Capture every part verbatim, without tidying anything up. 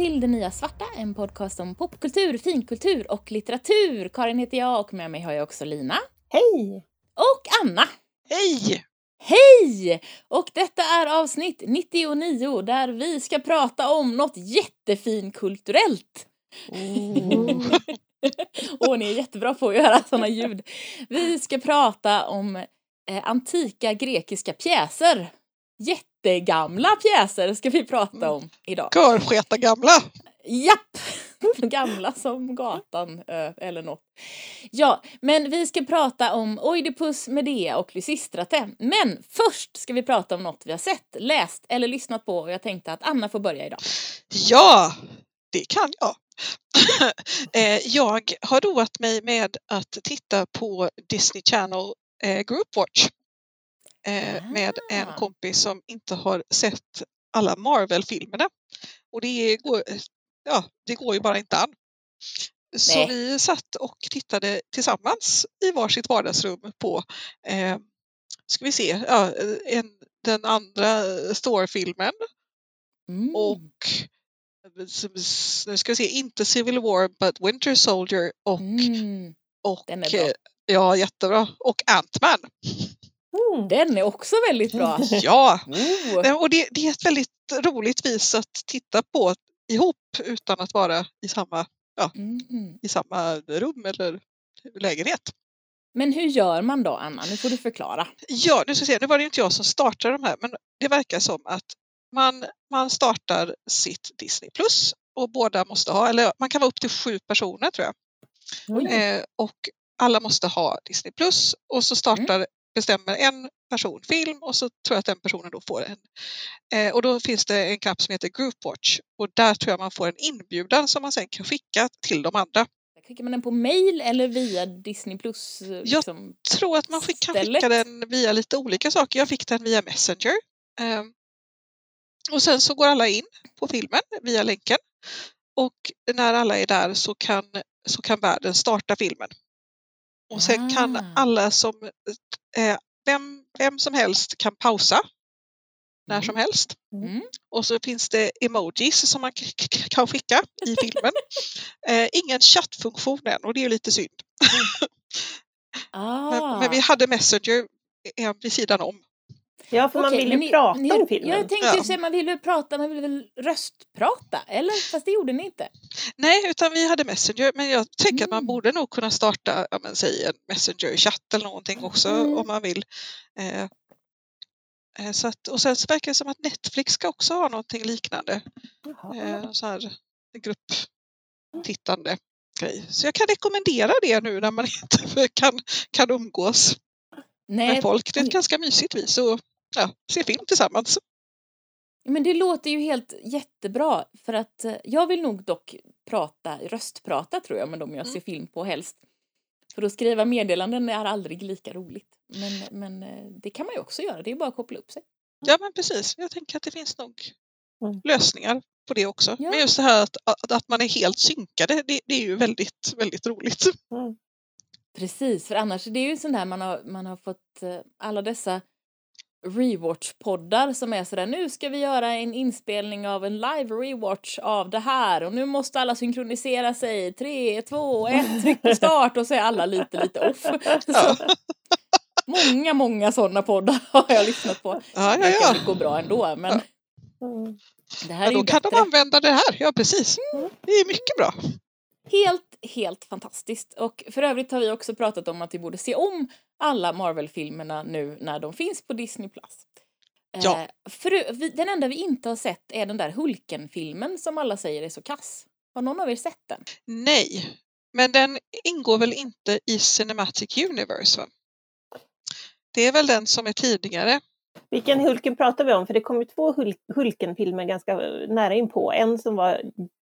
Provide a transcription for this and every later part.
till Det Nya Svarta, en podcast om popkultur, finkultur och litteratur. Karin heter jag och med mig har jag också Lina. Hej! Och Anna. Hej! Hej! Och detta är avsnitt nittionio där vi ska prata om något jättefinkulturellt. Mm. Åh, ni är jättebra på att göra sådana ljud. Vi ska prata om eh, antika grekiska pjäser. Jättegamla pjäser ska vi prata om idag. Görsketa gamla. Japp! Gamla som gatan eh, eller något. Ja, men vi ska prata om Oidipus, Medea och Lysistrate. Men först ska vi prata om något vi har sett, läst eller lyssnat på. Och jag tänkte att Anna får börja idag. Ja, det kan jag. Jag har roat mig med att titta på Disney Channel Group Watch. Med en kompis som inte har sett alla Marvel-filmerna. Och det går, ja, det går ju bara inte an. Så Nej. vi satt och tittade tillsammans i varsitt vardagsrum på, eh, ska vi se, ja, en, den andra Thor-filmen. Mm. Och nu ska vi se, inte Civil War but Winter Soldier och, Mm. och Den är bra. ja, jättebra. Och Ant-Man. Mm. Den är också väldigt bra. Ja, Oh. och det, det är ett väldigt roligt vis att titta på ihop utan att vara i samma, ja, Mm. i samma rum eller lägenhet. Men hur gör man då, Anna? Nu får du förklara. Ja, nu ska jag se, nu var det inte jag som startade de här, men det verkar som att man, man startar sitt Disney Plus och båda måste ha, eller man kan vara upp till sju personer tror jag. Eh, och alla måste ha Disney Plus och så startar, mm. bestämmer en person film och så tror jag att den personen då får en. Eh, och då finns det en knapp som heter Group Watch och där tror jag man får en inbjudan som man sen kan skicka till de andra. Skickar man den på mail eller via Disney Plus? Liksom, jag tror att man skick, kan skicka den via lite olika saker. Jag fick den via Messenger. Eh, och sen så går alla in på filmen via länken. Och när alla är där så kan, så kan världen starta filmen. Och sen ah. kan alla som, eh, vem, vem som helst kan pausa när mm. som helst. Mm. Och så finns det emojis som man k- k- kan skicka i filmen. eh, ingen chattfunktion än och det är ju lite synd. ah. men, men vi hade Messenger eh, vid sidan om. Ja, för okay, man vill ju ni, prata ni, om filmen. Jag tänkte ju ja. säga, man vill ju prata, man vill väl röstprata, eller? Fast det gjorde ni inte. Nej, utan vi hade Messenger, men jag tänker mm. att man borde nog kunna starta, ja men säg en Messenger-chatt eller någonting också mm. om man vill. Eh, så att, och sen så verkar det som att Netflix ska också ha någonting liknande. Eh, så här grupptittande grej. Så jag kan rekommendera det nu när man inte kan, kan umgås Nej. med folk. Det är ett ganska mysigt vis att ja, se film tillsammans. Men det låter ju helt jättebra för att jag vill nog dock prata, röstprata tror jag med dem jag mm. ser film på helst. För att skriva meddelanden är aldrig lika roligt. Men, men det kan man ju också göra, det är bara att koppla upp sig. Ja men precis, jag tänker att det finns nog mm. lösningar på det också. Ja. Men just det här att, att, att man är helt synkade, det, det är ju väldigt, väldigt roligt. Mm. Precis, för annars det är ju sån där man har, man har fått alla dessa rewatch-poddar som är sådär, nu ska vi göra en inspelning av en live rewatch av det här och nu måste alla synkronisera sig, tre, två, ett, tryck på start och så är alla lite, lite off. Så, många, många sådana poddar har jag lyssnat på. Ja, ja, ja. Det går bra ändå, men ja. det här är ja, då ju kan bättre. De använda det här, ja precis. Mm. Det är mycket bra. Helt, helt fantastiskt. Och för övrigt har vi också pratat om att vi borde se om alla Marvel-filmerna nu när de finns på Disney Plus. Ja. Eh, för, vi, den enda vi inte har sett är den där Hulken-filmen som alla säger är så kass. Har någon av er sett den? Nej, men den ingår väl inte i Cinematic Universe va? Det är väl den som är tidigare. Vilken Hulken pratar vi om? För det kom ju två Hul- Hulken-filmer ganska nära in på. En som var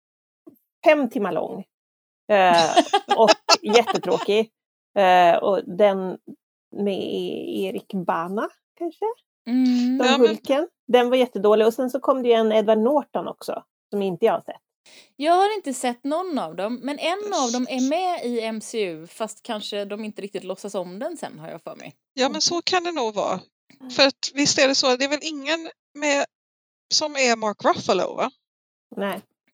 fem timmar lång. Eh, och jättetråkig. Eh, och den med Erik Bana kanske? Mm. Som ja, Hulken. Men... Den var jättedålig. Och sen så kom det ju en Edward Norton också. Som inte jag har sett. Jag har inte sett någon av dem. Men en av dem är med i M C U. Fast kanske de inte riktigt låtsas om den sen har jag för mig. Ja men så kan det nog vara. För att visst är det så. Det är väl ingen med som är Mark Ruffalo va? Nej.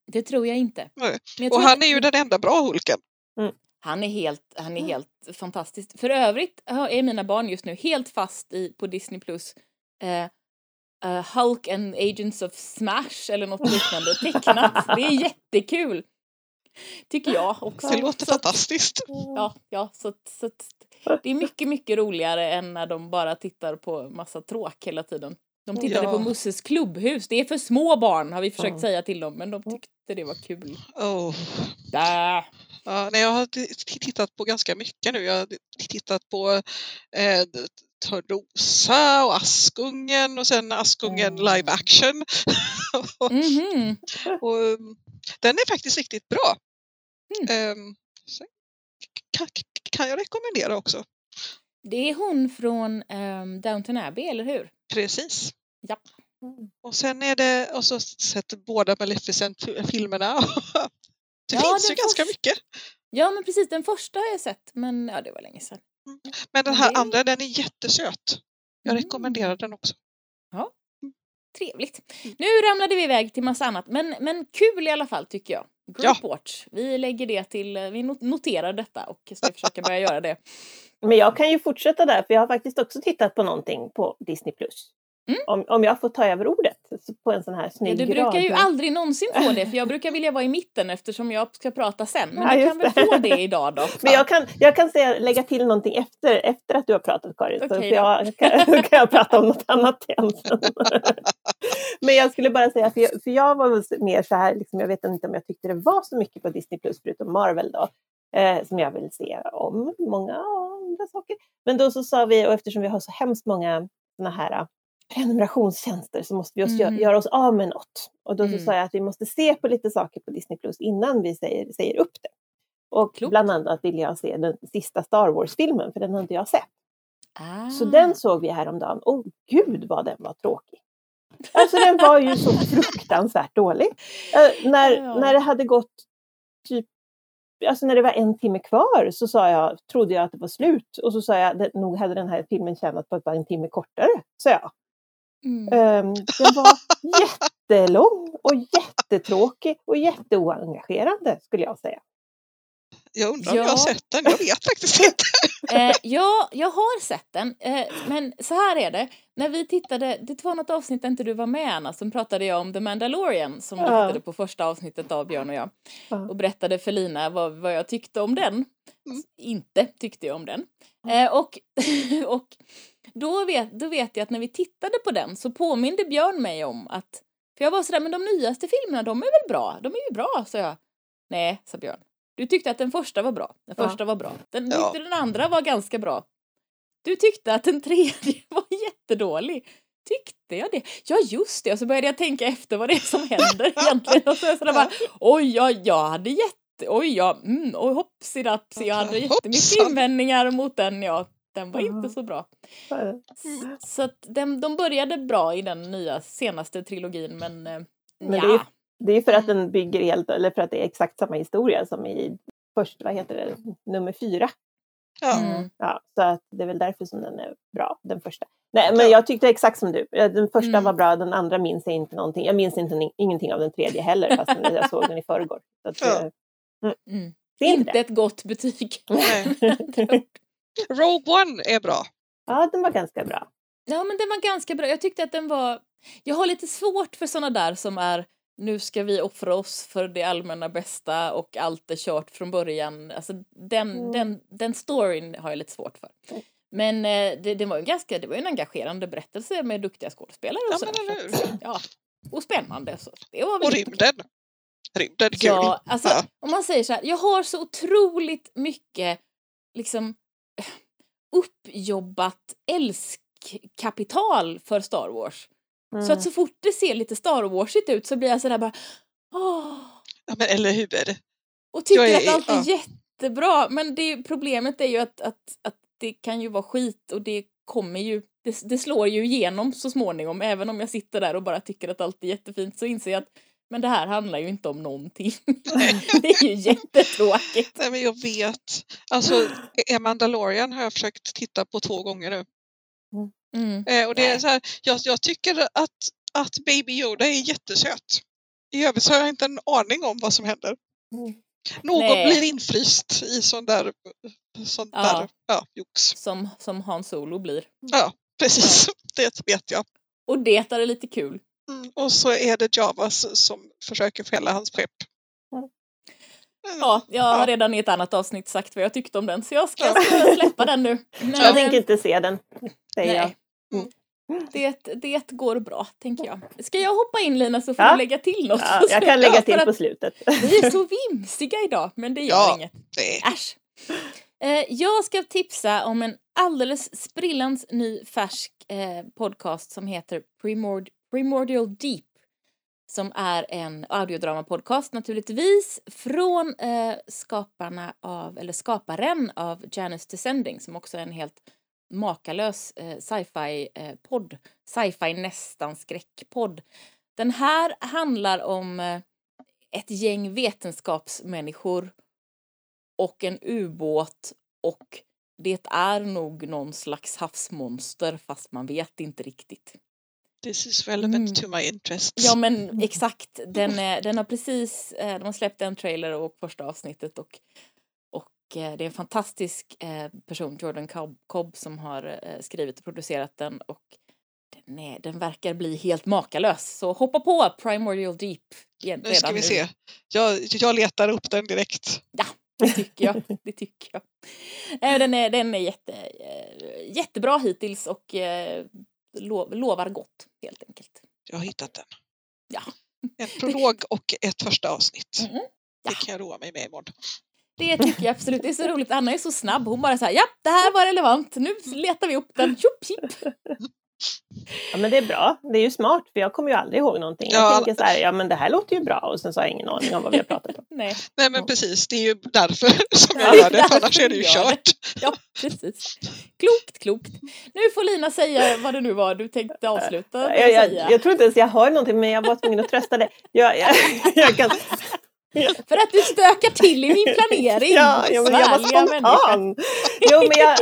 Det tror jag inte. Nej. Men jag Och tror han att- är ju den enda bra Hulken. Han är helt, han är helt fantastisk. För övrigt är mina barn just nu helt fast i, på Disney Plus eh, uh, Hulk and Agents of Smash eller något liknande tecknat. Det är jättekul. Tycker jag också. Det låter Så att- fantastiskt. Ja, ja så, att- så att det är mycket, mycket roligare än när de bara tittar på massa tråk hela tiden. De tittade Ja. på Musses klubbhus. Det är för små barn har vi försökt Mm. säga till dem. Men de tyckte det var kul. Oh. Där. Ja, nej, jag har t- tittat på ganska mycket nu. Jag har tittat på eh, Törnrosa och Askungen och sen Askungen Mm. live action. och, Mhm. och, um, den är faktiskt riktigt bra. Mm. Um, sen kan, kan jag rekommendera också. Det är hon från um, Downton Abbey, eller hur? Precis. Ja. Och sen är det, och så sätter båda Maleficent-filmerna. Det Ja, finns den ju ganska först- mycket. Ja, men precis. Den första har jag sett, men ja, det var länge sedan. Men den Men här det- andra, den är jättesöt. Jag Mm. rekommenderar den också. Trevligt. Nu ramlade vi iväg till massa annat, men, men kul i alla fall tycker jag. Group Watch. Vi lägger det till, vi not- noterar detta och ska försöka börja göra det. Men jag kan ju fortsätta där, för jag har faktiskt också tittat på någonting på Disney plus. Mm. Om, om jag får ta över ordet på en sån här Ja, snygg du brukar ju rad. aldrig någonsin få det, för jag brukar vilja vara i mitten eftersom jag ska prata sen. Men Ja, du just kan väl det. få det idag då? Men jag kan, jag kan säga, lägga till någonting efter, efter att du har pratat, Karin. Så Okej för då. jag, kan, kan jag prata om något annat igen sen. Men jag skulle bara säga, för jag, för jag var väl mer så här, liksom, jag vet inte om jag tyckte det var så mycket på Disney plus förutom Marvel då. Eh, som jag vill se om många andra saker. Men då så sa vi, och eftersom vi har så hemskt många såna här prenumerationstjänster så måste vi oss Mm. gö- göra oss av med något. Och då så Mm. sa jag att vi måste se på lite saker på Disney plus innan vi säger, säger upp det. Och Klokt. bland annat vill jag se den sista Star Wars-filmen, för den har inte jag sett. Ah. Så den såg vi häromdagen. Åh gud vad den var tråkig. Alltså den var ju så fruktansvärt dålig. Eh, när, Ja. när det hade gått typ, alltså när det var en timme kvar så sa jag, trodde jag att det var slut. Och så sa jag, det, nog hade den här filmen tjänat på att vara en timme kortare, sa jag. Mm. Um, den var jättelång och jättetråkig och jätteoengagerande skulle jag säga. Jag undrar om Ja. jag har sett den. Jag vet faktiskt inte. Eh, ja, jag har sett den. Eh, men så här är det. När vi tittade, det var något avsnitt där inte du var med, Anna, som pratade jag om The Mandalorian som vi Ja. tittade på första avsnittet av Björn och jag. Ja. Och berättade för Lina vad, vad jag tyckte om den. Mm. Inte tyckte jag om den. Eh, och och då, vet, då vet jag att när vi tittade på den så påminde Björn mig om att, för jag var sådär, men de nyaste filmerna, de är väl bra? De är ju bra, sa jag. Nej, sa Björn. Du tyckte att den första var bra. Den Ja. första var bra. Den, Ja. tyckte den andra var ganska bra. Du tyckte att den tredje var jättedålig. Tyckte jag det? Ja, just det. Och så började jag tänka efter vad det är som händer egentligen. Och så, så där bara, oj, ja, jag hade jätte... Oj, ja, mm, oj, hoppsidapsi. Jag hade jättemycket Hoppsan. invändningar mot den, ja. Den var Ja. inte så bra. Mm. Så att de, de började bra i den nya senaste trilogin, men... eh, Men ja. det är ju Det är för att den bygger helt, eller för att det är exakt samma historia som i först, vad heter det, nummer fyra. Ja. Mm. Ja, så att det är väl därför som den är bra, den första. Nej, men Ja. jag tyckte exakt som du. Den första Mm. var bra, den andra minns jag inte någonting. Jag minns inte ingenting av den tredje heller, fast jag såg den i förrgår. Så att, Ja. eh, Mm. det är inte Inte det. ett gott betyg. Nej. Rogue One är bra. Ja, den var ganska bra. Ja, men den var ganska bra. Jag tyckte att den var... Jag har lite svårt för såna där som är nu ska vi offra oss för det allmänna bästa och allt är kört från början. Alltså den, Mm. den, den storyn har jag lite svårt för. Mm. Men eh, det, det var ju en ganska, det var ju en engagerande berättelse med duktiga skådespelare och Ja, så. men eller Så att, ja, och spännande. Så det var väl Och jättekul. rymden. Rymden är kul. Ja, alltså Ja. om man säger så här, jag har så otroligt mycket liksom eh, uppjobbat älskkapital för Star Wars. Mm. Så att så fort det ser lite Star Warsigt ut så blir jag sådär bara åh, Ja, men eller hur? och tycker Jag är- att allt är ja. jättebra. Men det, problemet är ju att, att, att det kan ju vara skit och det kommer ju, det, det slår ju igenom så småningom. Även om jag sitter där och bara tycker att allt är jättefint så inser jag att men det här handlar ju inte om någonting. Det är ju jättetråkigt. Nej, men jag vet. Alltså, är Mandalorian har jag försökt titta på två gånger nu. Mm. Eh, och det är Nej. så här, jag, jag tycker att, att Baby Yoda är jättesöt. I övrigt så har jag inte en aning om vad som händer. Mm. Någon Nej. blir infryst i sån där, sån Ja. där ja, jox. Som, som Han Solo blir. Ja, precis. Det vet jag. Och det är lite kul. Mm. Och så är det Javas som försöker fälla hans skepp. Mm. Ja, jag har Ja. redan i ett annat avsnitt sagt vad jag tyckte om den. Så jag ska, jag ska släppa den nu. Men, Jag tänker inte se den, säger jag. nej. Det, det går bra, tänker jag. Ska jag hoppa in, Lina, så får Ja. du lägga till något? Ja, jag kan lägga För till att på slutet. Vi är så vimsiga idag, men det gör Ja. inget. Det. Äsch. Eh, jag ska tipsa om en alldeles sprillans ny färsk eh, podcast som heter Primord- Primordial Deep. Som är en audiodrama-podcast naturligtvis från eh, skaparna av, eller skaparen av Janus Descending, som också är en helt makalös eh, sci-fi-podd. Sci-fi nästan skräckpodd. Den här handlar om eh, ett gäng vetenskapsmänniskor och en ubåt, och det är nog någon slags havsmonster, fast man vet inte riktigt. This is relevant Mm. to my interests. Ja, men exakt. Den, är, den har precis, eh, de har släppt en trailer och första avsnittet, och, och eh, det är en fantastisk eh, person, Jordan Cobb, Cobb som har eh, skrivit och producerat den, och den, är, den verkar bli helt makalös. Så hoppa på Primordial Deep igen, Nu ska redan vi nu. se. Jag, jag letar upp den direkt. Ja, det tycker jag. Det tycker jag. Eh, Den är, den är jätte, eh, jättebra hittills och eh, lo, lovar gott, helt enkelt. Jag har hittat den. Ja. En prolog och ett första avsnitt. Mm. Ja. Det kan jag roa mig med imorgon. Det tycker jag absolut. Det är så roligt. Anna är så snabb. Hon bara så här, ja, det här var relevant. Nu letar vi upp den. Tjup, tjup. Ja, men det är bra. Det är ju smart, för jag kommer ju aldrig ihåg någonting. Jag Ja. tänker så här, ja men det här låter ju bra, och sen så har jag ingen aning om vad vi har pratat om. Nej. Nej men precis, det är ju därför som Ja, jag gör det. För annars är det ju därför gör kört. Ja, precis. Klokt, klokt. Nu får Lina säga vad det nu var du tänkte avsluta med Jag, att jag, säga. jag tror inte ens jag har någonting, men jag var tvungen att trösta det. Jag, jag, jag kan... För att du stökar till i min planering. Ja, ja, men jag var Svärliga människa. spontan. Jo, men jag...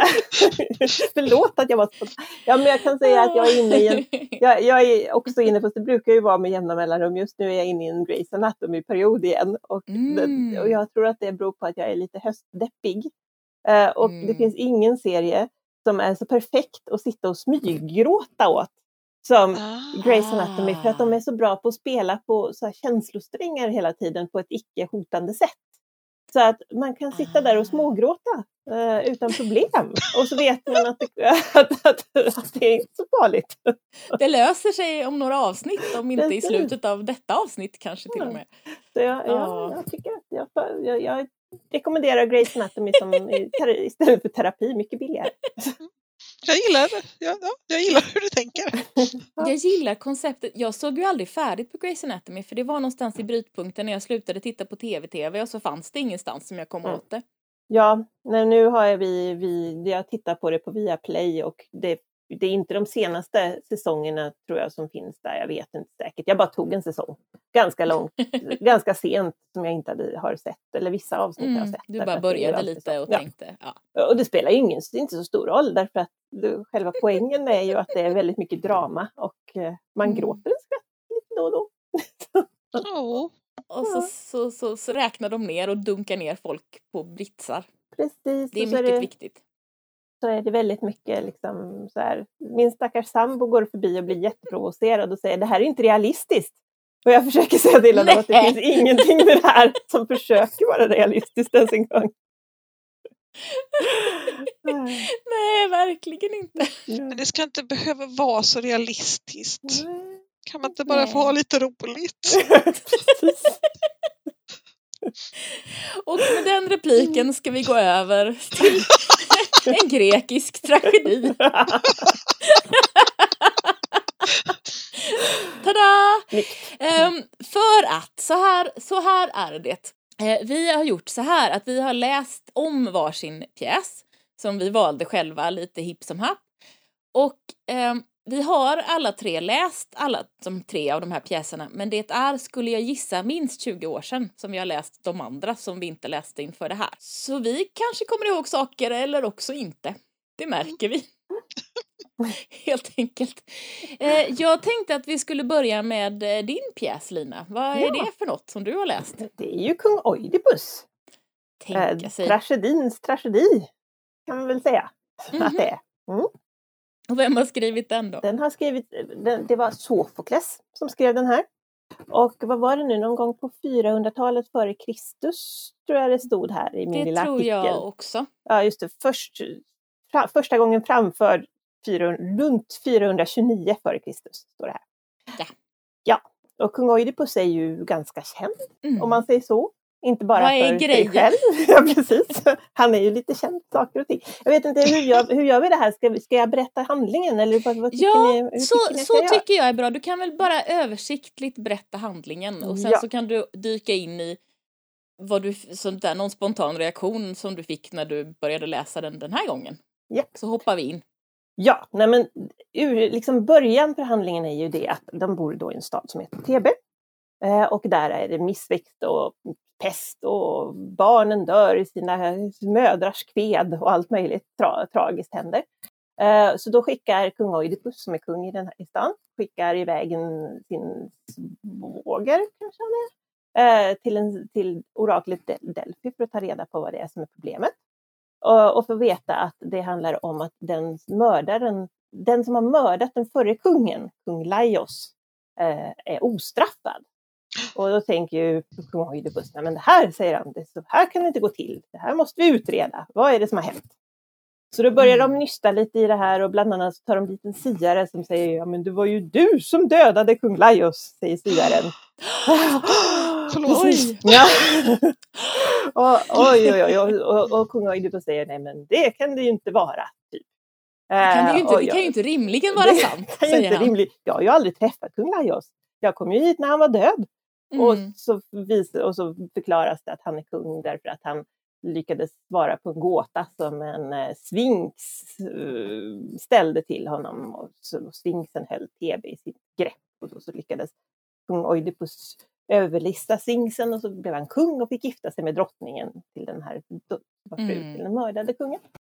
Förlåt att jag var spontan. Ja, men jag kan säga att jag är inne i en... Jag, jag är också inne, fast det brukar ju vara med jämna mellanrum. Just nu är jag inne i en Grey's Anatomy-period igen. Och, Mm. det, och jag tror att det beror på att jag är lite höstdeppig. Uh, och Mm. det finns ingen serie som är så perfekt att sitta och smyggråta åt som Ah. Grey's Anatomy, för att de är så bra på att spela på så här känslosträngar hela tiden på ett icke-hotande sätt. Så att man kan sitta där och smågråta uh, utan problem. Och så vet man att det, att, att, att det är inte så farligt. Det löser sig om några avsnitt, om inte i Precis. slutet av detta avsnitt kanske till och med. Så jag, Ja. jag, jag tycker att jag, jag, jag rekommenderar Grey's Anatomy som i- istället för terapi, mycket billigare. Jag gillar, ja, ja, jag gillar hur du tänker. Jag gillar konceptet. Jag såg ju aldrig färdigt på Grey's Anatomy, för det var någonstans i brytpunkten när jag slutade titta på tv-tv, och så fanns det ingenstans som jag kom Mm. åt det. Ja, nej, nu har vi, vi, jag tittar på det på Viaplay, och det, det är inte de senaste säsongerna tror jag som finns där, jag vet inte säkert. Jag bara tog en säsong, ganska långt, ganska sent, som jag inte hade, har sett, eller vissa avsnitt har jag Mm, sett. du därför bara att det är ju började alltid lite så. och Ja. tänkte, ja. Och det spelar ju ingen, det är inte så stor roll, därför att det, själva poängen är ju att det är väldigt mycket drama, och eh, man Mm. gråter en skratt lite då och då. Oh. Och så, så, så, så räknar de ner och dunkar ner folk på britsar. Precis, Det är och så är mycket det, viktigt. så är det väldigt mycket liksom så här, min stackars sambo går förbi och blir jätteprovocerad och säger det här är inte realistiskt. Och jag försöker säga till honom att det Nej. finns ingenting med det här som försöker vara realistiskt ens en gång. Nej, verkligen inte. Men det ska inte behöva vara så realistiskt. Kan man inte bara Nej. få ha lite roligt? Precis. Och med den repliken ska vi gå över till en grekisk tragedi. Tada! Um, för att, så här, så här är det. Eh, vi har gjort så här att vi har läst om varsin pjäs som vi valde själva lite hipp som happ. Och ehm, vi har alla tre läst alla de tre av de här pjäserna, men det är, skulle jag gissa, minst tjugo år sedan som vi har läst de andra som vi inte läste inför det här. Så vi kanske kommer ihåg saker eller också inte. Det märker vi. Helt enkelt. Eh, jag tänkte att vi skulle börja med eh, din pjäs, Lina. Vad är Ja. det för något som du har läst? Det är ju kung Oidipus. Tänka Eh, sig. tragedins tragedi, kan man väl säga Mhm. att det är. Mm. Och vem har skrivit den då? Den har skrivit, den, det var Sofokles som skrev den här. Och vad var det nu, någon gång på fyrahundratalet före Kristus tror jag det stod här i min Det lilla tror artikel. jag också. Ja, just det. Först, fra, första gången framförd fyrahundra, runt fyrahundratjugonio före Kristus står det här. Ja. Ja, och kung Oidipus är ju ganska känd, Mm. om man säger så. Inte bara Vad är för grejen? sig själv. Ja, precis. Han är ju lite känd för saker och ting. Jag vet inte, hur gör, hur gör vi det här? Ska, vi, ska jag berätta handlingen? Eller vad, vad tycker Ja, ni, hur så, tycker ni så ska göra? tycker jag är bra. Du kan väl bara översiktligt berätta handlingen och sen Ja. så kan du dyka in i vad du, sånt där, någon spontan reaktion som du fick när du började läsa den den här gången. Ja. Så hoppar vi in. Ja, nej men ur, liksom början för handlingen är ju det att de bor då i en stad som heter Thebe. Eh, och där är det missväxt och pest och barnen dör i sina mödrars kved och allt möjligt tra- tragiskt händer. Eh, så då skickar kung Oidipus, som är kung i den här i stan, skickar iväg en, sin svåger, kanske han är, eh, till, en, till oraklet Del- Delphi för att ta reda på vad det är som är problemet. Och, och få veta att det handlar om att den mördaren, den som har mördat den förre kungen, kung Laios, eh, är ostraffad. Och då tänker ju kung Oidipus, nej men det här, säger han, det, så här kan det inte gå till. Det här måste vi utreda. Vad är det som har hänt? Så då börjar Mm. de nysta lite i det här och bland annat så tar de dit en siare som säger, ja men det var ju du som dödade kung Laios, säger siaren. Förlåt. Oj. Ja. och, oj, oj, oj, och, och, och kung Oidipus säger, nej men det kan det ju inte vara. Typ. Det kan, det ju inte, Eh, och det kan ju jag- inte rimligen vara det sant, kan ju säger inte han. rimligt. Jag har ju aldrig träffat kung Laios. Jag kom ju hit när han var död. Och, Mm. så vis, och så förklaras det att han är kung därför att han lyckades svara på en gåta som en eh, sfinx eh, ställde till honom. Och så sfinxen höll Thebe i sitt grepp. Och då så lyckades kung Oidipus överlista sfinxen och så blev han kung och fick gifta sig med drottningen till den här var fru Mm. till den mördade kungen.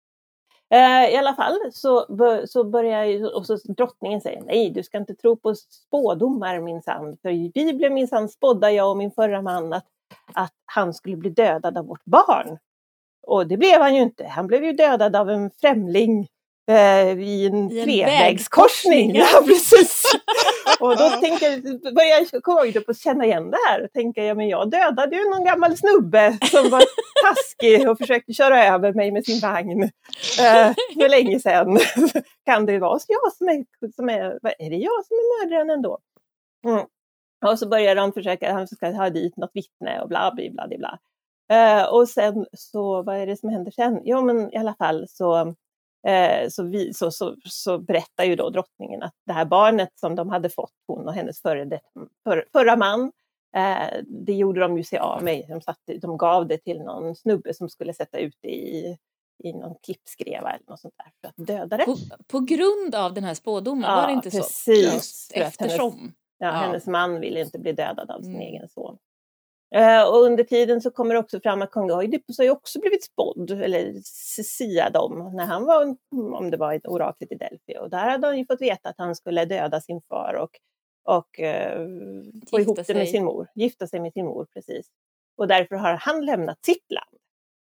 Eh, I alla fall så, bör, så börjar ju, och så drottningen säger nej, du ska inte tro på spådomar minsann, för i Bibeln minsann spådde jag och min förra man att, att han skulle bli dödad av vårt barn. Och det blev han ju inte, han blev ju dödad av en främling eh, i en I en trevägskorsning. vägkorsning, Ja, ja. precis. Och då tänker, börjar jag komma ut och känna igen det här och tänka, ja men jag dödade ju någon gammal snubbe som var taskig och försökte köra över mig med sin vagn eh, för länge sedan. Kan det vara jag som är, som är, är det jag som är mördaren ändå? Mm. Och så börjar de försöka, han ska ha dit något vittne och bla bla bla bla. Eh, och sen så, vad är det som händer sen? Jo men i alla fall så Eh, så, vi, så, så, så berättar ju då drottningen att det här barnet som de hade fått, hon och hennes förre, för, förra man, eh, det gjorde de ju sig av med. De, satte, de gav det till någon snubbe som skulle sätta ut det i, i någon klippskreva eller något sånt där för att döda det. På, på grund av den här spådomen, Ja, var det inte precis. så? Just För att eftersom. Hennes, ja, Ja. hennes man ville inte bli dödad av sin Mm. egen son. Uh, och under tiden så kommer det också fram att kung Oidipus har ju också blivit spådd eller siad om när han var, om det var ett oraklet i Delphi, och där hade han ju fått veta att han skulle döda sin far och, och uh, få ihop det med sig. sin mor, gifta sig med sin mor, precis. Och därför har han lämnat sitt land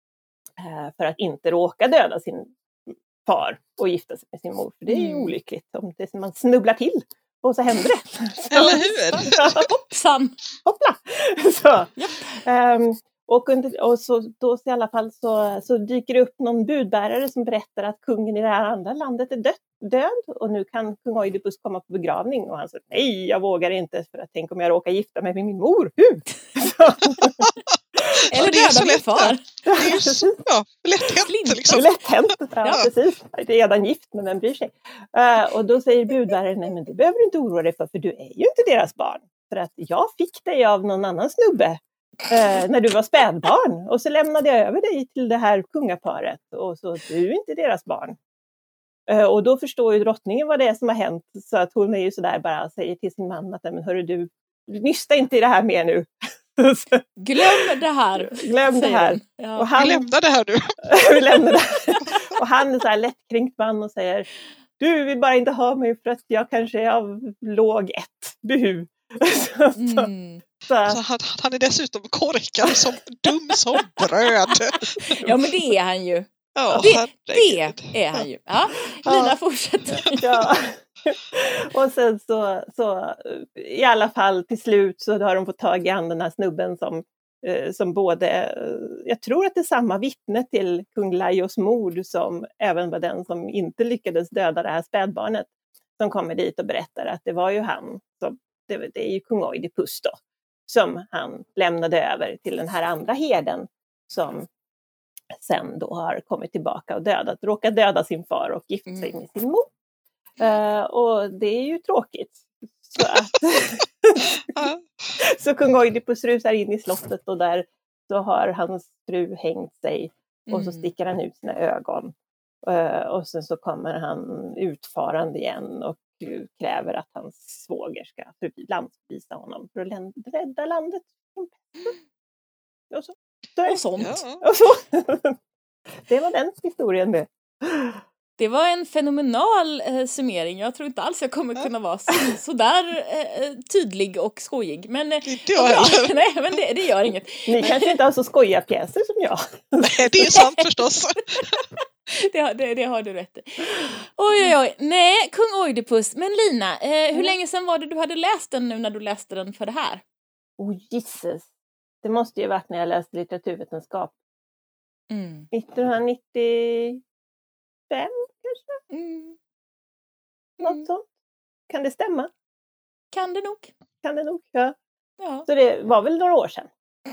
uh, för att inte råka döda sin far och gifta sig med sin mor, för det är ju Mm. olyckligt om det, man snubblar till och så händer det. Så, Eller hur? Hoppsan! hoppla! Så, um, och, under, och så, då i alla fall så, så dyker det upp någon budbärare som berättar att kungen i det här andra landet är död, död och nu kan kung Oidipus komma på begravning, och han säger nej, jag vågar inte, för att tänk om jag råkar gifta mig med min mor. Hur? Eller det är så döda min lätt far. Det är ju så ja, lätt hänt liksom. Lätt hänt, ja, Ja. precis. Jag är redan gift, men vem bryr sig? Uh, och då säger budbäraren, nej men det behöver du inte oroa dig för, för du är ju inte deras barn. För att jag fick dig av någon annan snubbe uh, när du var spädbarn. Och så lämnade jag över dig till det här kungaparet. Och så du är inte deras barn. Uh, och då förstår ju drottningen vad det är som har hänt. Så att hon är ju sådär bara säger till sin man att, men hörru du, nysta inte i det här mer nu. Glöm det här. Glöm det säger här. hon. Ja. Och han, Vi lämnar det här nu. vi lämnar det. Och han är så här lättkränkt man och säger, du vill bara inte ha mig för att jag kanske är av låg ett. Buhu. så, Mm. så han, han är dessutom korkad som dum som bröd. Ja, men det är han ju. Ja, det, det är han ju. Ja, Lina Ja. fortsätter. Ja. Och sen så, så i alla fall till slut så har de fått tag i han, den här snubben som, eh, som både, eh, jag tror att det är samma vittne till kung Laios mord som även var den som inte lyckades döda det här spädbarnet, som kommer dit och berättar att det var ju han, som, det, det är ju kung Oidipus då, som han lämnade över till den här andra herden som sen då har kommit tillbaka och dödat, råkat döda sin far och gift sig Mm. med sin mor. Uh, och det är ju tråkigt. Så, att så kung Oidipus rusar in i slottet och där så har hans fru hängt sig och så Mm. sticker han ut sina ögon. Uh, och sen så kommer han utfarande igen och kräver att hans svåger ska förbi landsvisa honom för att län- rädda landet. Och så. Och sånt. Ja. Och så. Det var den historien med. Det var en fenomenal eh, summering. Jag tror inte alls jag kommer kunna vara så, så där eh, tydlig och skojig. Men, eh, Inte jag vad bra. heller. Nej, men det, det gör inget. Ni kanske inte har så skojiga pjäser som jag. Nej, det är sant förstås. Det, har- det, det har du rätt i. Oj, oj, oj. Nej, kung Oidipus. Men Lina, eh, hur Mm. länge sedan var det du hade läst den nu när du läste den för det här? Oh Jesus. Det måste ju varit när jag läste litteraturvetenskap. Mm. nittonhundranittiofem kanske? Mm. Något Mm. sånt. Kan det stämma? Kan det nog. Kan det nog, ja. Ja. Så det var väl några år sedan.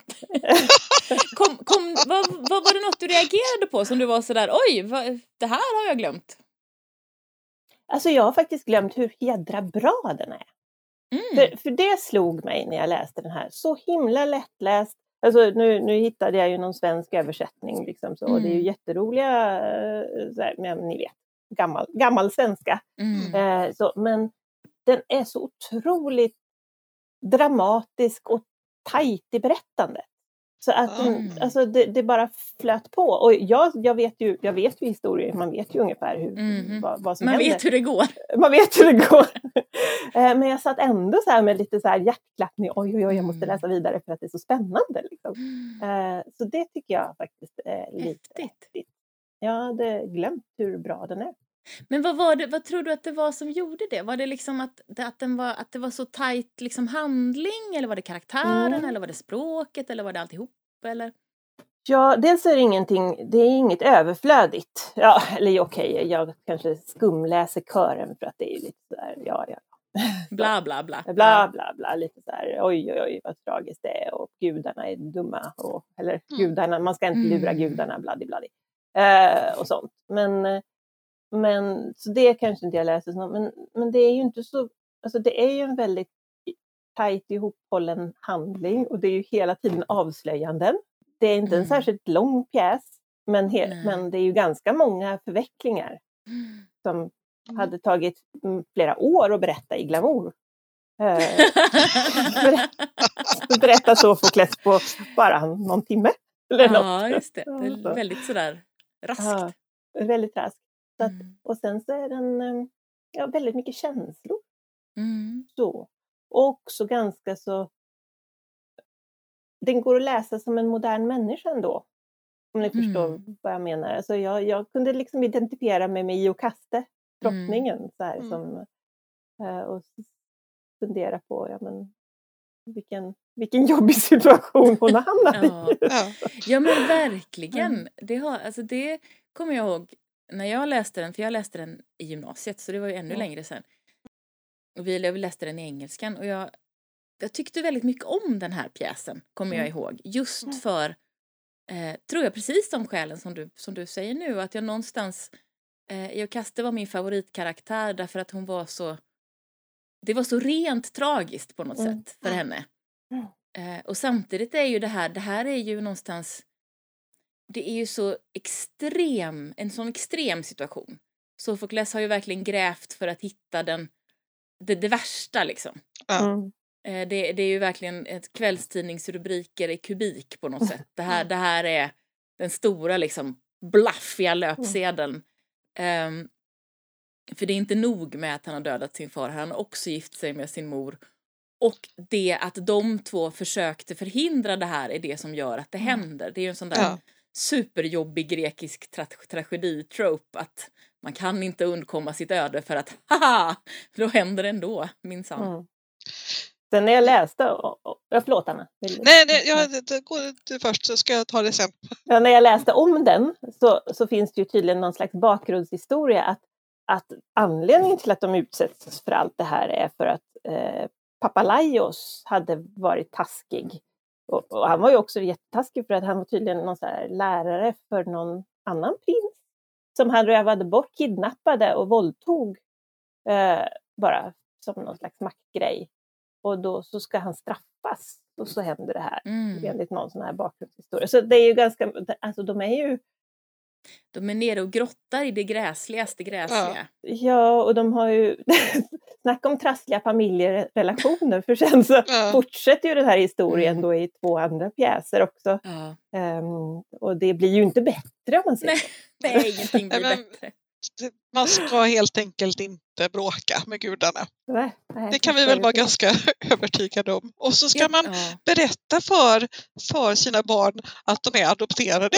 Kom, kom, vad, vad var det något du reagerade på som du var sådär, oj, vad, det här har jag glömt? Alltså jag har faktiskt glömt hur jädra bra den är. Mm. För, för det slog mig när jag läste den här. Så himla lättläst. Alltså nu, nu hittade jag ju någon svensk översättning. Liksom, så, Mm. och det är ju jätteroliga, eh, så här, men ni vet, gammal, gammal svenska. Mm. Eh, så, men den är så otroligt dramatisk och tajt i berättandet. Så att den, Mm. alltså det, det bara flöt på. Och jag, jag, vet ju, jag vet ju historien, man vet ju ungefär hur, Mhm. vad, vad som Man händer. vet hur det går. Man vet hur det går. Eh, Men jag satt ändå så här med lite så här hjärtklappning. Oj, oj, oj, jag måste Mm. läsa vidare för att det är så spännande. Liksom. Eh, Så det tycker jag faktiskt är lite Häftigt. häftigt. Jag hade glömt hur bra den är. Men vad var det, vad tror du att det var som gjorde det? Var det liksom att, det- att, den var, att det var så tajt liksom handling? Eller var det karaktären? Mm. Eller var det språket? Eller var det alltihop? Eller? Ja, dels är det ingenting, det är inget överflödigt. Ja, eller okej, jag kanske skumläser kören för att det är lite så där, ja, ja. Bla, bla, bla. Bla, bla, bla, lite så här, oj, oj, oj, vad tragiskt det är och gudarna är dumma. Och, eller Mm. gudarna, man ska inte lura Mm. gudarna, bladi, bladi. Eh, och sånt. Men, men, så det kanske inte jag läser så, men, men det är ju inte så, alltså det är ju en väldigt tajt ihophållen handling och det är ju hela tiden avslöjanden. Det är inte en Mm. särskilt lång pjäs, men, he- Nej. men det är ju ganska många förvecklingar Mm. som hade tagit mm, flera år att berätta i glamour. Eh, ber- berätta Sofokles på bara någon timme. Eller något. Ja, just det. Det är Så. väldigt sådär raskt. Ja, väldigt raskt. Så att, Mm. och sen så är den eh, ja, väldigt mycket känslor. Mm. Så. Och också ganska så... Den går att läsa som en modern människa ändå. Om ni Mm. förstår vad jag menar. Alltså jag, jag kunde liksom identifiera mig med Io Kaste, drottningen. Så här, Mm. som, eh, och fundera på ja, men, vilken, vilken jobbig situation hon har hamnat Ja. i. Ja. Ja, men verkligen. Mm. Det, har, alltså det kommer jag ihåg när jag läste den, för jag läste den i gymnasiet så det var ju ännu Ja. längre sedan. Och vi jag läste den i engelskan och jag, jag tyckte väldigt mycket om den här pjäsen, kommer jag Mm. ihåg. Just Mm. för, eh, tror jag, precis de skälen som du, som du säger nu, att jag någonstans, eh, Io Kaste var min favoritkaraktär därför att hon var så, det var så rent tragiskt på något Mm. sätt för henne. Mm. Eh, och samtidigt är ju det här, det här är ju någonstans, det är ju så extrem, en sån extrem situation. Sofokles har ju verkligen grävt för att hitta den, det, det värsta liksom. Ja. Mm. Eh, det, det är ju verkligen ett kvällstidningsrubriker i kubik på något sätt. Det här, det här är den stora liksom blaffiga löpsedeln. Um, För det är inte nog med att han har dödat sin far, han har också gift sig med sin mor. Och det att de två försökte förhindra det här är det som gör att det händer. Det är ju en sån där Ja. superjobbig grekisk tra- tragedi-trope att man kan inte undkomma sitt öde för att haha, då händer det ändå, minsann. Mm. Sen när jag läste, och, och, jag förlåt Anna. Nej, nej jag, det, det går det först så ska jag ta det sen. Ja, när jag läste om den så, så finns det ju tydligen någon slags bakgrundshistoria att, att anledningen till att de utsätts för allt det här är för att eh, Papalaios hade varit taskig. Och, och han var ju också jättetaskig för att han var tydligen någon så här lärare för någon annan prins som han rövade bort, kidnappade och våldtog eh, bara som någon slags maktgrej. Och då så ska han straffas och så händer det här Mm. enligt någon sån här bakgrundshistoria. Så det är ju ganska, alltså de är ju... De är nere och grottar i det gräsligaste gräsliga. Ja, och de har ju... Snacka om trassliga familjerelationer, för sen så Ja. fortsätter ju den här historien Mm. då i två andra pjäser också. Ja. Um, och det blir ju inte bättre om man säger. Nej, nej, ingenting blir Nej, men- bättre. Det- Man ska helt enkelt inte bråka med gudarna. Nej, nej, Det kan vi förstår väl vara inte. ganska övertygade om. Och så ska Ja, man ja. berätta för, för sina barn att de är adopterade.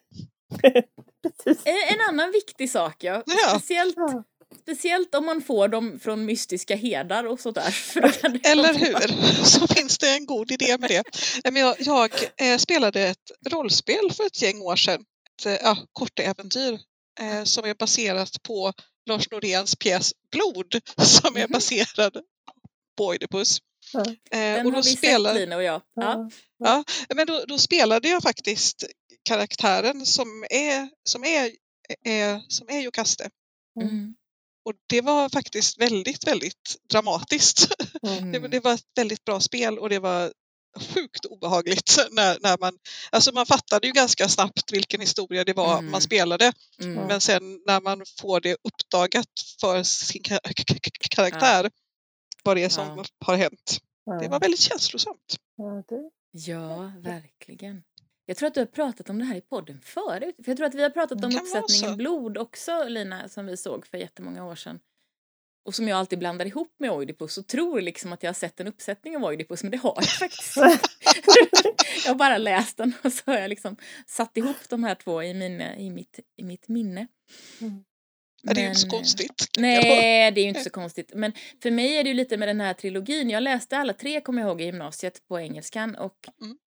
Precis. En en annan viktig sak, ja. Ja. Speciellt, Ja. speciellt om man får dem från mystiska herdar och sådär. För då kan det Eller vara- hur? Så finns det en god idé med det. Nej, men jag jag eh, spelade ett rollspel för ett gäng år sedan. Ett eh, ja, kort äventyr eh, som är baserat på Lars Noréns pjäs Blod som är Mhm. baserad på Oidipus. Ja. Eh, Den och har då, vi spelar, sett, Lina och jag. Ja. Ja. men då, då spelade jag faktiskt karaktären som är, som är, är, som är Jokaste. Mm. Och det var faktiskt väldigt, väldigt dramatiskt. Mm. Det, det var ett väldigt bra spel och det var sjukt obehagligt när, när man, alltså man fattade ju ganska snabbt vilken historia det var Mm. man spelade. Mm. Men sen när man får det uppdagat för sin ka- k- k- karaktär vad det är som Ja. har hänt. Ja. Det var väldigt känslosamt. Ja, det- Ja, verkligen. Jag tror att du har pratat om det här i podden förut. För jag tror att vi har pratat om Kan vara uppsättningen så. Blod också, Lina, som vi såg för jättemånga år sedan. Och som jag alltid blandar ihop med Oidipus och tror liksom att jag har sett en uppsättning av Oidipus, men det har jag faktiskt inte. Jag har bara läst den och så har jag liksom satt ihop de här två i, mina, i, mitt, i mitt minne. Mm. Ja, det är ju inte så Men, konstigt. Nej, det är ju inte så konstigt. Men för mig är det ju lite med den här trilogin. Jag läste alla tre, kommer jag ihåg, i gymnasiet på engelskan. Och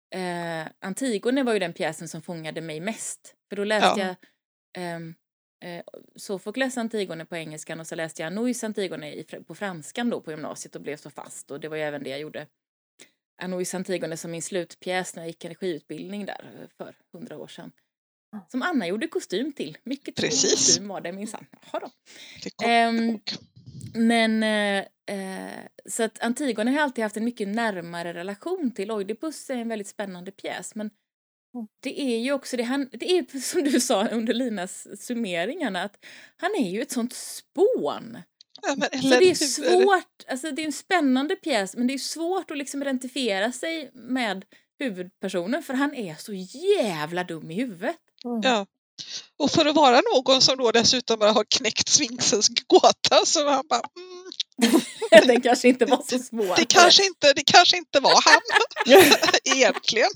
Mm. eh, Antigone var ju den pjäsen som fångade mig mest. För då läste Ja. jag ehm, eh, Sofokles Antigone på engelskan. Och så läste jag Anouilhs Antigone i, på franskan då på gymnasiet och blev så fast. Och det var ju även det jag gjorde. Anouilhs Antigone som min slutpjäs när jag gick energiutbildning där för hundra år sedan. Som Anna gjorde kostym till. Mycket trevlig Precis. kostym var det minsann. Jaha då. Det kom Ehm, ihåg. Men eh, eh, så att Antigone har alltid haft en mycket närmare relation till Oidipus. Är en väldigt spännande pjäs, men det är ju också det han, det är som du sa under Linas summeringarna, att han är ju ett sånt spån. Ja, men, Så eller det är hur? svårt, alltså det är en spännande pjäs, men det är svårt att liksom identifiera sig med huvudpersonen, för han är så jävla dum i huvudet. Mm. Ja. Och för att vara någon som då dessutom bara har knäckt Sphinxens gåta så var han bara mm, Den kanske inte var så svår. det, kanske inte, det kanske inte var han egentligen.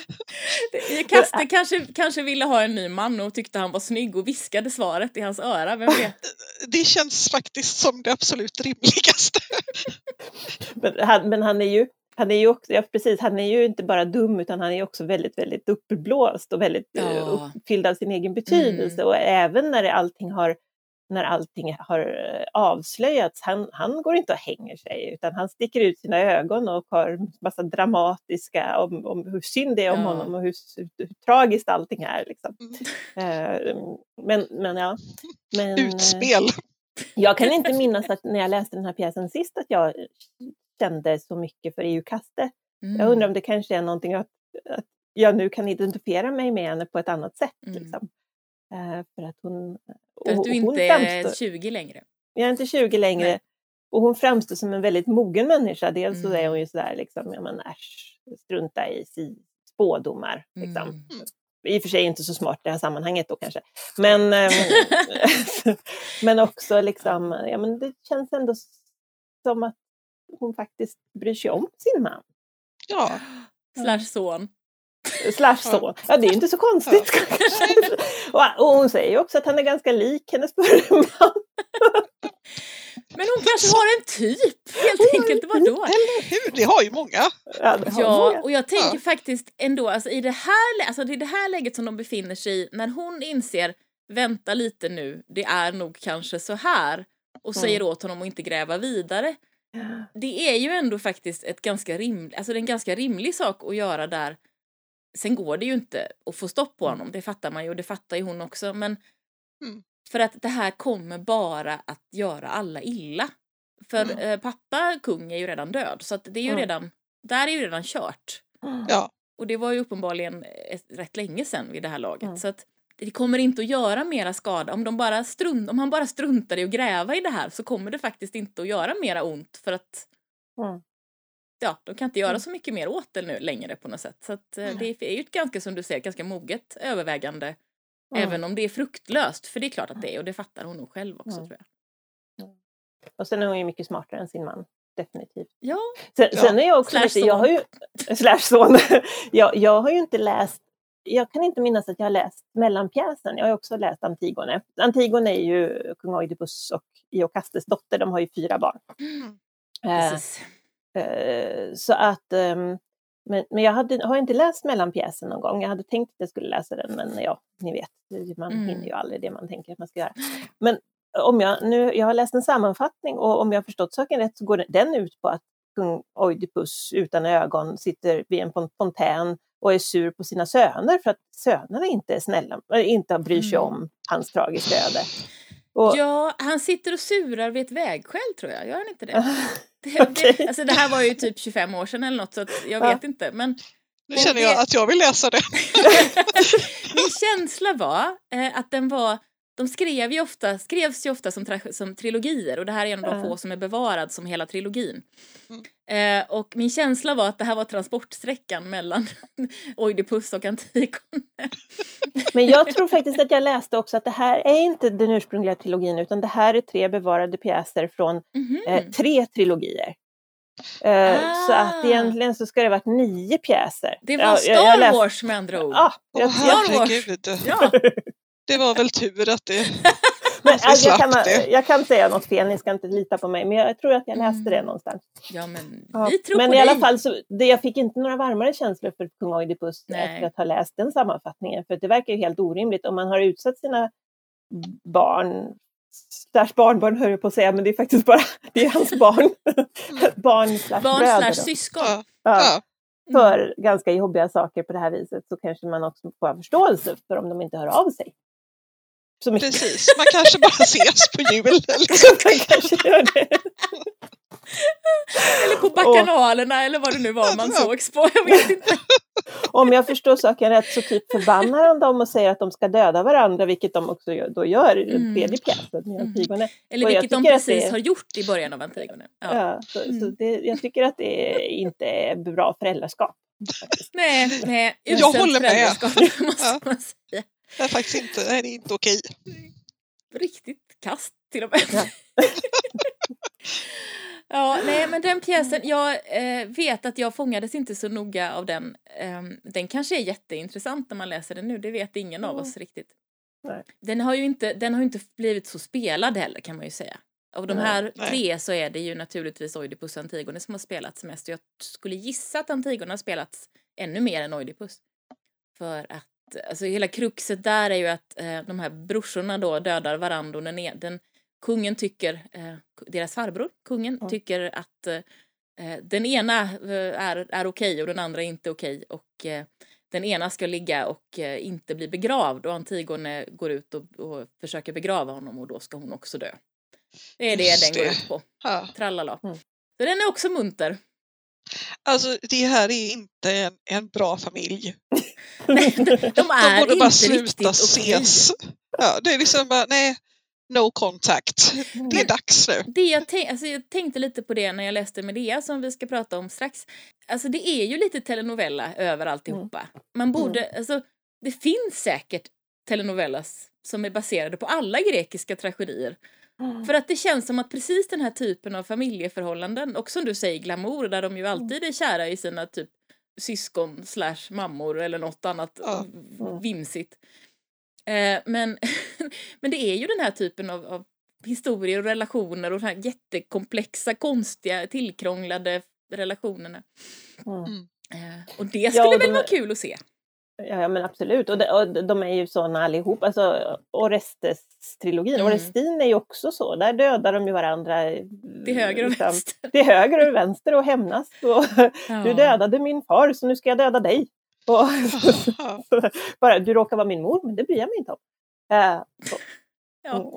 Kaste kanske, kanske ville ha en ny man och tyckte han var snygg och viskade svaret i hans öra. Vem vet? Det känns faktiskt som det absolut rimligaste. Men, han, men han är ju, han är ju också, ja, precis, han är ju inte bara dum utan han är också väldigt, väldigt uppblåst och väldigt Ja. ja. uppfylld av sin egen betydelse. Mm. Och även när allting har, när allting har eh, avslöjats, han, han går inte och hänger sig utan han sticker ut sina ögon och har massa dramatiska om, om hur synd det är om Ja. honom och hur, hur, hur tragiskt allting är. Liksom. Mm. Eh, men, men ja. Men, eh, Utspel. jag kan inte minnas att när jag läste den här pjäsen sist att jag kände så mycket för Eukaste. Mm. Jag undrar om det kanske är någonting att, att jag nu kan identifiera mig med henne på ett annat sätt. Mm. Liksom. Uh, för att hon... För att och, du och hon inte är framstår, tjugo längre. jag är inte tjugo längre. Nej. Och hon framstår som en väldigt mogen människa. Dels så Mm. är hon ju sådär liksom, ja men äsch, strunta i si, spådomar. Liksom. Mm. i och för sig inte så smart i det här sammanhanget då kanske. Men, eh, men också liksom, ja men det känns ändå som att hon faktiskt bryr sig om sin man. Ja. Slash son. Slash son. Ja, det är inte så konstigt. Ja. och, och hon säger ju också att han är ganska lik hennes förra man. Men hon kanske har en typ, helt enkelt. Vadå? Eller hur? Det har ju många. Ja, det har ja många. och jag tänker Ja. faktiskt ändå, alltså i det här, alltså i det här läget som de befinner sig i, när hon inser, vänta lite nu, det är nog kanske så här, och säger Mm. åt honom att inte gräva vidare. Det är ju ändå faktiskt ett ganska rimligt, alltså det är en ganska rimlig sak att göra där. Sen går det ju inte att få stopp på honom, det fattar man ju, och det fattar ju hon också, men Mm. för att det här kommer bara att göra alla illa. För Mm. eh, pappa kung är ju redan död, så att det är ju Mm. redan, där är ju redan kört. Ja. Och det var ju uppenbarligen ett, rätt länge sedan vid det här laget. Mm. Så att det kommer inte att göra mera skada. Om, de bara strunt, om han bara struntar i att gräva i det här, så kommer det faktiskt inte att göra mera ont. För att Mm. ja, de kan inte göra Mm. så mycket mer åt det nu längre på något sätt. Så att, eh, Mm. det är ju ett ganska, som du säger, ganska moget övervägande. Mm. Även om det är fruktlöst. För det är klart att det är, och det fattar hon nog själv också, Mm. tror jag. Och sen är hon ju mycket smartare än sin man. Definitivt. Ja, Sen, Ja. sen är jag också Slash lite, jag son. har ju, slash son. jag, jag har ju inte läst, jag kan inte minnas att jag har läst mellanpjäsen. Jag har ju också läst Antigone. Antigone är ju kung Oidipus och Iokastes dotter, de har ju fyra barn. Mm. Eh, precis. eh, så att, ehm, men, men jag hade, har inte läst mellanpjäsen någon gång. Jag hade tänkt att jag skulle läsa den, men ja, ni vet, man Mm. hinner ju aldrig det man tänker att man ska göra. Men om jag, nu, jag har läst en sammanfattning, och om jag har förstått saken rätt så går den ut på att kung Oidipus utan ögon sitter vid en fontän och är sur på sina söner för att sönerna inte är snälla, inte bryr sig Mm. om hans tragiska öde. Och, Ja, han sitter och surar vid ett vägskäl, tror jag. Gör han inte det? Det, Okej. det, alltså det här var ju typ tjugofem år sedan eller något, så att jag Ja. vet inte. Men Nu Och känner det- jag att jag vill läsa det. min känsla var eh, att den var, de skrev ju ofta, skrevs ju ofta som, tra- som trilogier, och det här är en av de Ja. få som är bevarad som hela trilogin. Mm. Eh, och min känsla var att det här var transportsträckan mellan Oidipus och Antigone. Men jag tror faktiskt att jag läste också att det här är inte den ursprungliga trilogin, utan det här är tre bevarade pjäser från Mhm. eh, tre trilogier. Eh, Ah. Så att egentligen så ska det ha varit nio pjäser. Det var Ja, Star jag, jag läste- Wars med andra ord. Ja, Åh jag, Star Wars. herregud. Ja. Det var väl tur att det... men, att vi alltså, jag, kan, slapp det. jag kan säga något fel, ni ska inte lita på mig, men jag tror att jag läste Mm. det någonstans. Ja, men Ja, vi tror men på i dig. alla fall, så, det, jag fick inte några varmare känslor för kung Oidipus Nej. efter att ha läst den sammanfattningen. För det verkar ju helt orimligt om man har utsatt sina barn, slash barnbarn hör jag på att säga, men det är faktiskt bara det är hans barn. barn slash Barn bröder. slash då. syskon. Ja, Ja, ja. för ganska jobbiga saker på det här viset, så kanske man också får ha förståelse för om de inte hör av sig. Så mycket. Precis. Man kanske bara ses på jul. Liksom. Man kanske gör det. Eller på baccanalerna, eller vad det nu var man sågs på. Jag vet inte. Om jag förstår saken rätt så typ förbannar han dem och säger att de ska döda varandra, vilket de också gör, då gör i den Mm. tredje pjäsen med Mm. Antigone. Eller Och jag vilket de tycker att precis det- har gjort i början av Antigone. Ja. Ja, så, så Mm. det, jag tycker att det inte är bra föräldraskap. Nej, nej. Jag uselt håller med. föräldraskap, måste Ja. man säga. Det är faktiskt inte, nej, det är inte okej. Riktigt kast till och med. Ja. Ja, nej, men den pjäsen, jag eh, vet att jag fångades inte så noga av den. Ehm, den kanske är jätteintressant när man läser den nu, det vet ingen av Mm. oss riktigt. Nej. Den har ju inte, den har ju inte blivit så spelad heller, kan man ju säga. Av de Nej, här nej. tre så är det ju naturligtvis Oidipus och Antigone som har spelats mest. Jag skulle gissa att Antigone har spelats ännu mer än Oidipus. För att, alltså hela kruxet där är ju att eh, de här brorsorna då dödar varandra, och den, är, den kungen tycker, eh, deras farbror, kungen, Mm. tycker att eh, den ena eh, är, är okej och den andra är inte okej, och eh, den ena ska ligga och eh, inte bli begravd, och Antigone går ut och, och försöker begrava honom, och då ska hon också dö. Det är det Just den går det. ut på. Ja. Trallala. Mm. Så den är också munter. Alltså det här är inte en, en bra familj. Nej, de, de De är borde inte bara riktigt sluta okej. ses. Ja, det är liksom bara, nej, no contact. Det är dags nu. Det jag, tänk, alltså jag tänkte lite på det när jag läste Medea som vi ska prata om strax. Alltså det är ju lite telenovella över alltihopa. Man borde, alltså det finns säkert telenovelas som är baserade på alla grekiska tragedier. Mm. För att det känns som att precis den här typen av familjeförhållanden, och som du säger glamour, där de ju alltid är kära i sina typ syskon slash mammor eller något annat mm. vimsigt. Eh, men, men det är ju den här typen av, av historier och relationer och de här jättekomplexa, konstiga, tillkrånglade relationerna. Mm. Eh, och det skulle ja, och väl de... vara kul att se. Ja, men absolut. Och de, och de är ju såna allihop. Alltså Orestes-trilogin. Mm. Orestin är ju också så. Där dödar de ju varandra. Till höger och liksom, vänster. Till höger och vänster och hämnas. Och, ja. Du dödade min far så nu ska jag döda dig. Och, bara, du råkar vara min mor, men det bryr jag mig inte om. Uh, ja.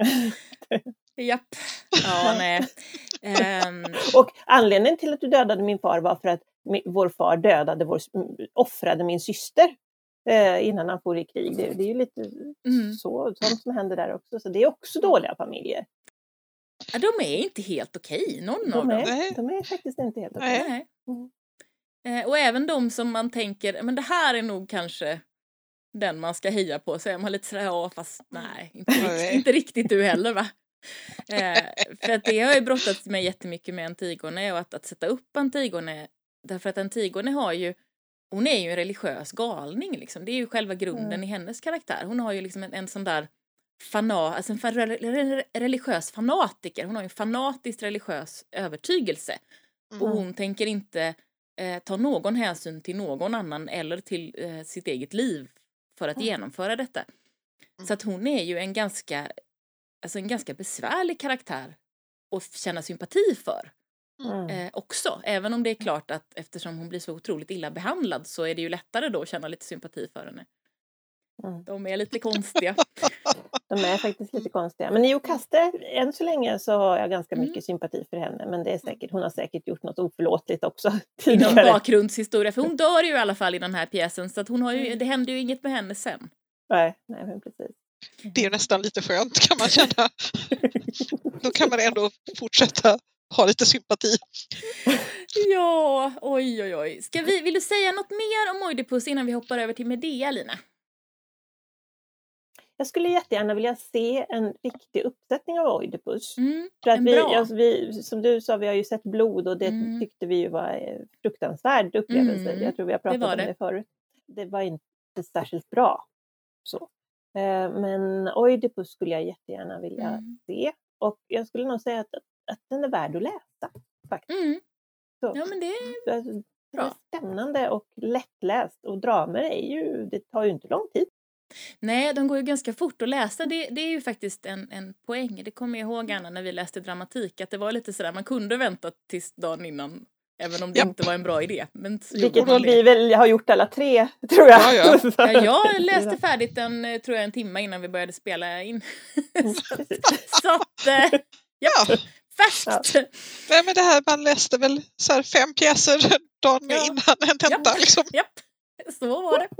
Japp. Ja, nej. Um... Och anledningen till att du dödade min far var för att min, vår far dödade, vår, offrade min syster eh, innan han får i krig. Det, det är ju lite mm. så, sånt som händer där också. Så det är också dåliga familjer. Ja, de är inte helt okej, någon de av är, dem. De är faktiskt inte helt okej. Nej. Mm. Eh, och även de som man tänker, men det här är nog kanske den man ska heja på. Så är man lite sådär, ja fast nej, inte, riktigt, inte riktigt du heller va? Eh, för att det har ju brottats med jättemycket med Antigone och att, att sätta upp Antigone, därför att Antigone har ju, hon är ju en religiös galning liksom, det är ju själva grunden mm. i hennes karaktär. Hon har ju liksom en, en sån där fana, alltså en re, religiös fanatiker, hon har ju en fanatiskt religiös övertygelse mm. och hon tänker inte eh, ta någon hänsyn till någon annan eller till eh, sitt eget liv för att mm. genomföra detta. Så att hon är ju en ganska alltså en ganska besvärlig karaktär att känna sympati för mm. eh, också. Även om det är klart att eftersom hon blir så otroligt illa behandlad så är det ju lättare då att känna lite sympati för henne. Mm. De är lite konstiga. De är faktiskt lite konstiga. Men i Okaste, än så länge så har jag ganska mycket mm. sympati för henne. Men det är säkert, hon har säkert gjort något oförlåtligt också. I någon bakgrundshistoria. För hon dör ju i alla fall i den här pjäsen. Så att hon har ju, det händer ju inget med henne sen. Nej, nej men precis. Det är nästan lite skönt kan man känna. Då kan man ändå fortsätta ha lite sympati. Ja, oj oj oj. Ska vi, vill du säga något mer om Oidipus innan vi hoppar över till Medea, Lina? Jag skulle jättegärna vilja se en riktig uppsättning av Oidipus. Mm, För att vi, alltså vi, som du sa, vi har ju sett blod och det mm. tyckte vi ju var en fruktansvärd upplevelse. Mm, jag tror vi har pratat det om det. det förut. Det var inte särskilt bra. Så. Men Oidipus skulle jag jättegärna vilja mm. se. Och jag skulle nog säga att, att den är värd att läsa. Faktiskt. Mm. Så. Ja, men det är bra. Det är spännande och lättläst. Och dramer är ju, det tar ju inte lång tid. Nej, de går ju ganska fort att läsa. Det, det är ju faktiskt en, en poäng. Det kommer jag ihåg, Anna, när vi läste dramatik. Att det var lite sådär, man kunde vänta tills dagen innan. Även om det yep. inte var en bra idé. Men vilket vi väl har gjort alla tre, tror jag. Ja, ja. Ja, jag läste färdigt en, tror jag, en timme innan vi började spela in. så, så att, ja, färskt. Ja. Nej, men det här, man läste väl så här fem pjäser dagen ja. innan en tenta. Japp. Liksom. Japp. Så var det.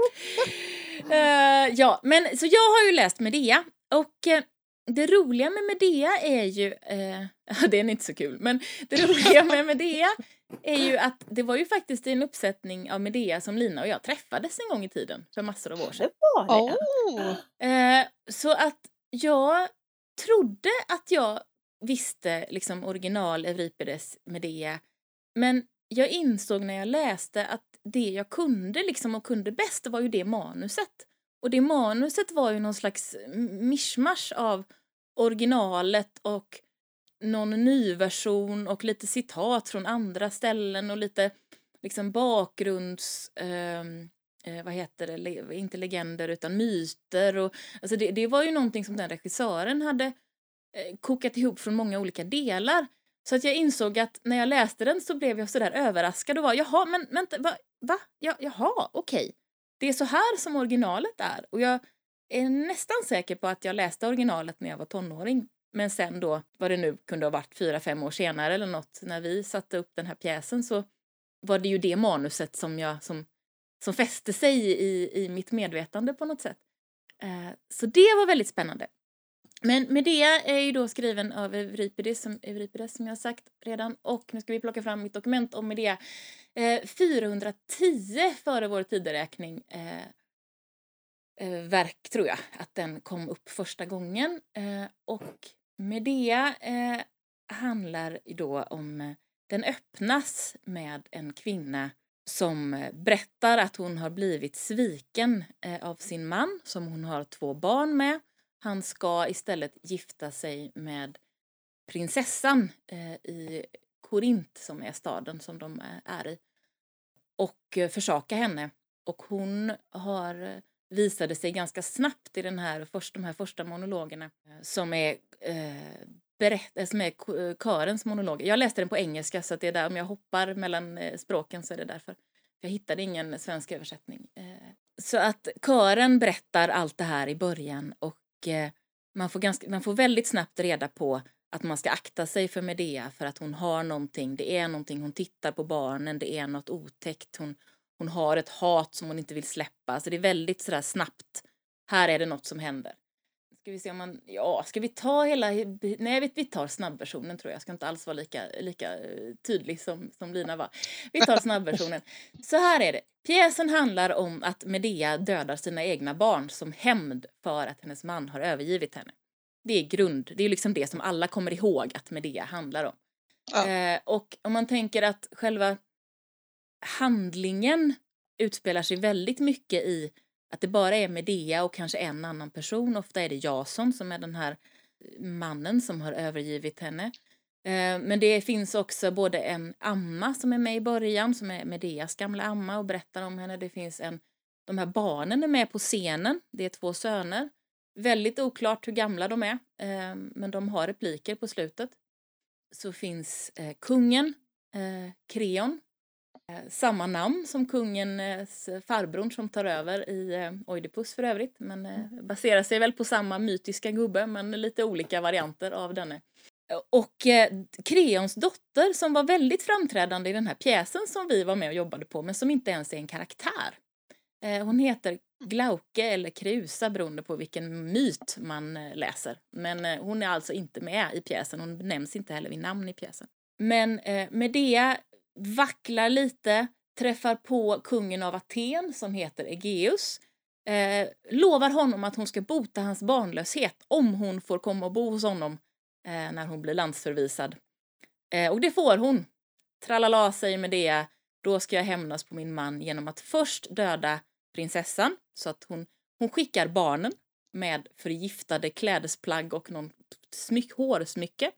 uh, ja, men så jag har ju läst Medea. Och uh, det roliga med Medea är ju... Uh, det är inte så kul, men det roliga med Medea är ju att det var ju faktiskt en uppsättning av Medea som Lina och jag träffades en gång i tiden för massor av år sedan. Det var det. Oh. Uh, så att jag trodde att jag visste liksom original Euripides Medea, men jag insåg när jag läste att det jag kunde liksom och kunde bäst var ju det manuset. Och det manuset var ju någon slags mischmasch av originalet och någon ny version och lite citat från andra ställen och lite liksom bakgrunds eh, vad heter det, Le- inte legender utan myter och alltså det, det var ju någonting som den regissören hade eh, kokat ihop från många olika delar. Så att jag insåg att när jag läste den så blev jag sådär överraskad och var, jaha, men vänta, va? va? Ja, jaha, okej. Okay. Det är så här som originalet är. Och jag är nästan säker på att jag läste originalet när jag var tonåring. Men sen då, vad det nu kunde ha varit fyra, fem år senare eller något, när vi satte upp den här pjäsen så var det ju det manuset som jag, som, som fäste sig i, i mitt medvetande på något sätt. Eh, så det var väldigt spännande. Men Medea är ju då skriven av Euripides som, Euripides som jag har sagt redan. Och nu ska vi plocka fram mitt dokument om Medea. Eh, fyrahundratio före vår tideräkning. Eh, eh, verk tror jag att den kom upp första gången. Eh, och Medea eh, handlar då om, eh, den öppnas med en kvinna som eh, berättar att hon har blivit sviken eh, av sin man som hon har två barn med. Han ska istället gifta sig med prinsessan eh, i Korint som är staden som de är i. Och eh, försaka henne. Och hon har eh, visade sig ganska snabbt i den här, först, de här första monologerna eh, som är eh, berätt, som är k- körens monolog. Jag läste den på engelska så att det är där, om jag hoppar mellan eh, språken så är det därför. Jag hittade ingen svensk översättning. Eh, så att kören berättar allt det här i början och eh, man, får ganska, man får väldigt snabbt reda på att man ska akta sig för Medea för att hon har någonting, det är någonting, hon tittar på barnen, det är något otäckt, hon, hon har ett hat som hon inte vill släppa. Så det är väldigt sådär snabbt, här är det något som händer. Ska vi se om man, ja, ska vi ta hela, nej vi, vi tar snabbversionen tror jag, jag ska inte alls vara lika, lika tydlig som, som Lina var. Vi tar snabbversionen. Så här är det, pjäsen handlar om att Medea dödar sina egna barn som hämnd för att hennes man har övergivit henne. Det är grund, det är liksom det som alla kommer ihåg att Medea handlar om. Ja. Eh, och om man tänker att själva handlingen utspelar sig väldigt mycket i att det bara är Medea och kanske en annan person. Ofta är det Jason som är den här mannen som har övergivit henne. Eh, men det finns också både en amma som är med i början, som är Medeas gamla amma och berättar om henne. Det finns en, de här barnen är med på scenen, det är två söner. Väldigt oklart hur gamla de är, eh, men de har repliker på slutet. Så finns eh, kungen, eh, Kreon, eh, samma namn som kungens eh, farbror som tar över i eh, Oidipus för övrigt. Men eh, baserar sig väl på samma mytiska gubbe, men lite olika varianter av denne. Och eh, Kreons dotter som var väldigt framträdande i den här pjäsen som vi var med och jobbade på, men som inte ens är en karaktär. Eh, hon heter Glauke eller Kreusa beroende på vilken myt man läser. Men eh, hon är alltså inte med i pjäsen. Hon nämns inte heller vid namn i pjäsen. Men eh, Medea vacklar lite, träffar på kungen av Aten som heter Egeus. Eh, lovar honom att hon ska bota hans barnlöshet om hon får komma och bo hos honom eh, när hon blir landsförvisad. Eh, och det får hon. Tralala säger Medea, då ska jag hämnas på min man genom att först döda prinsessan så att hon, hon skickar barnen med förgiftade klädesplagg och någon smyck, hårsmycke.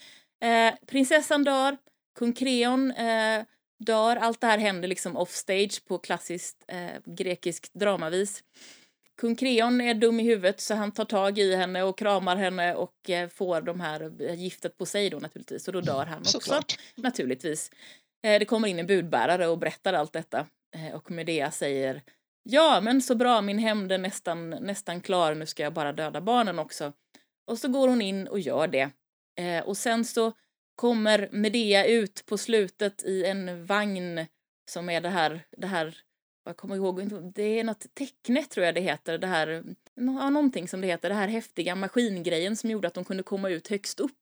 Eh, prinsessan dör, kung Kreon eh, dör, allt det här händer liksom offstage på klassiskt eh, grekiskt dramavis. Kung Kreon är dum i huvudet så han tar tag i henne och kramar henne och eh, får de här eh, giftet på sig då naturligtvis och då dör han också. Såklart. Naturligtvis. Eh, det kommer in en budbärare och berättar allt detta eh, och Medea säger ja, men så bra, min hämnd är nästan, nästan klar, nu ska jag bara döda barnen också. Och så går hon in och gör det. Eh, och sen så kommer Medea ut på slutet i en vagn som är det här, det här, jag kommer ihåg, det är något tecknet tror jag det heter, det här, ja, någonting som det heter, det här häftiga maskingrejen som gjorde att de kunde komma ut högst upp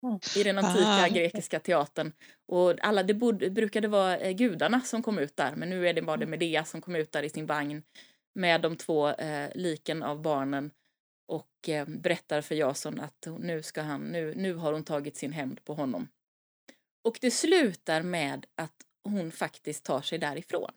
i den antika ah. grekiska teatern. Och alla, det bod, brukade vara eh, gudarna som kom ut där, men nu är det bara det Medea som kom ut där i sin vagn med de två eh, liken av barnen och eh, berättar för Jason att nu ska han, nu, nu har hon tagit sin hämnd på honom. Och det slutar med att hon faktiskt tar sig därifrån.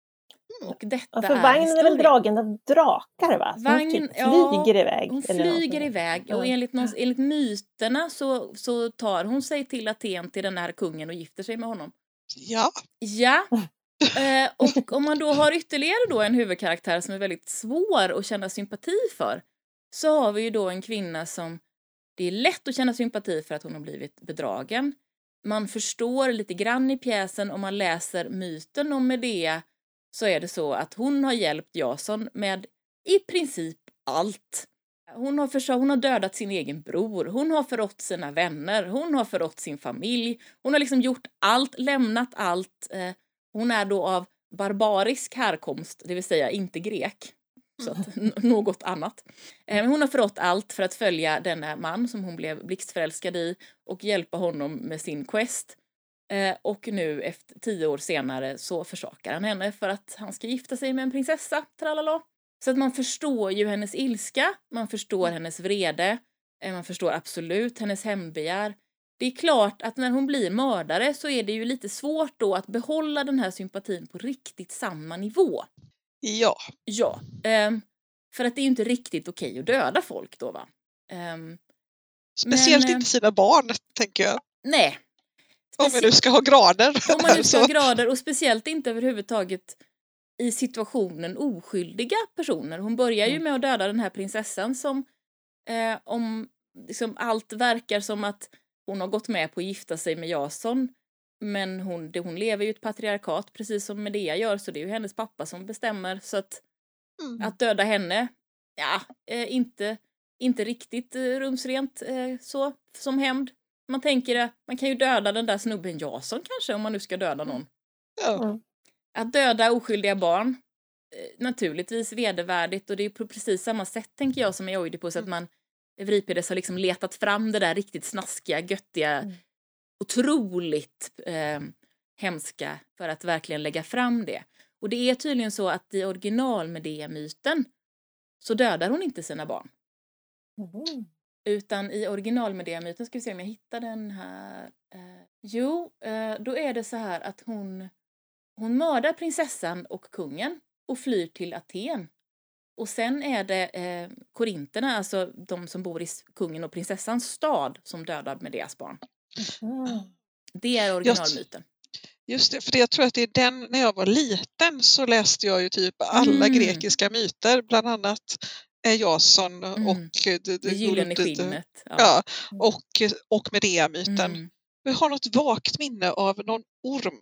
Och detta ja, för vagnen är, är väl dragen av drakar va? Som vagnen, typ flyger ja, iväg. Hon flyger iväg och enligt, någon, enligt myterna så, så tar hon sig till Aten till den här kungen och gifter sig med honom. Ja. Ja. eh, och om man då har ytterligare då en huvudkaraktär som är väldigt svår att känna sympati för så har vi ju då en kvinna som det är lätt att känna sympati för att hon har blivit bedragen. Man förstår lite grann i pjäsen om man läser myten om Medea så är det så att hon har hjälpt Jason med i princip allt. Hon har, försökt, hon har dödat sin egen bror, hon har förrått sina vänner, hon har förrått sin familj. Hon har liksom gjort allt, lämnat allt. Hon är då av barbarisk härkomst, det vill säga inte grek. Så att, n- något annat. Men hon har förrått allt för att följa denna man som hon blev blixtförälskad i och hjälpa honom med sin quest. Eh, och nu efter tio år senare så försakar han henne för att han ska gifta sig med en prinsessa. Tralala. Så att man förstår ju hennes ilska, man förstår hennes vrede, man förstår absolut hennes hämndbegär. Det är klart att när hon blir mördare så är det ju lite svårt då att behålla den här sympatin på riktigt samma nivå. Ja. Ja, um, för att det är ju inte riktigt okej att döda folk då va. Um, Speciellt men, inte sina barn, tänker jag. Nej. Om man nu ska ha grader. Om man nu ska ha grader och speciellt inte överhuvudtaget i situationen oskyldiga personer. Hon börjar ju med att döda den här prinsessan som eh, om liksom, allt verkar som att hon har gått med på att gifta sig med Jason. Men hon, det, hon lever ju ett patriarkat precis som Medea gör, så det är ju hennes pappa som bestämmer. Så att, mm. att döda henne, ja, eh, inte, inte riktigt eh, rumsrent eh, så som hämnd. Man tänker att man kan ju döda den där snubben Jason kanske om man nu ska döda någon. Ja. Att döda oskyldiga barn, eh, naturligtvis vedervärdigt, och det är på precis samma sätt tänker jag som i Oidipus, mm. att man Euripides har liksom letat fram det där riktigt snaskiga, göttiga, mm. otroligt eh, hemska för att verkligen lägga fram det. Och det är tydligen så att i original Medea-myten så dödar hon inte sina barn. Mm. Utan i original Medea-myten, ska vi se om jag hittar den här. Eh, jo, eh, då är det så här att hon, hon mördar prinsessan och kungen och flyr till Aten. Och sen är det eh, korinterna, alltså de som bor i kungen och prinsessans stad, som dödar Medeas barn. Mm. Det är originalmyten. Just det, för jag tror att det är den, när jag var liten så läste jag ju typ alla mm. grekiska myter, bland annat Jason mm. och det, det gyllene skinnet. Ja, ja och, och Medea-myten. Mm. Jag har något vagt minne av någon orm.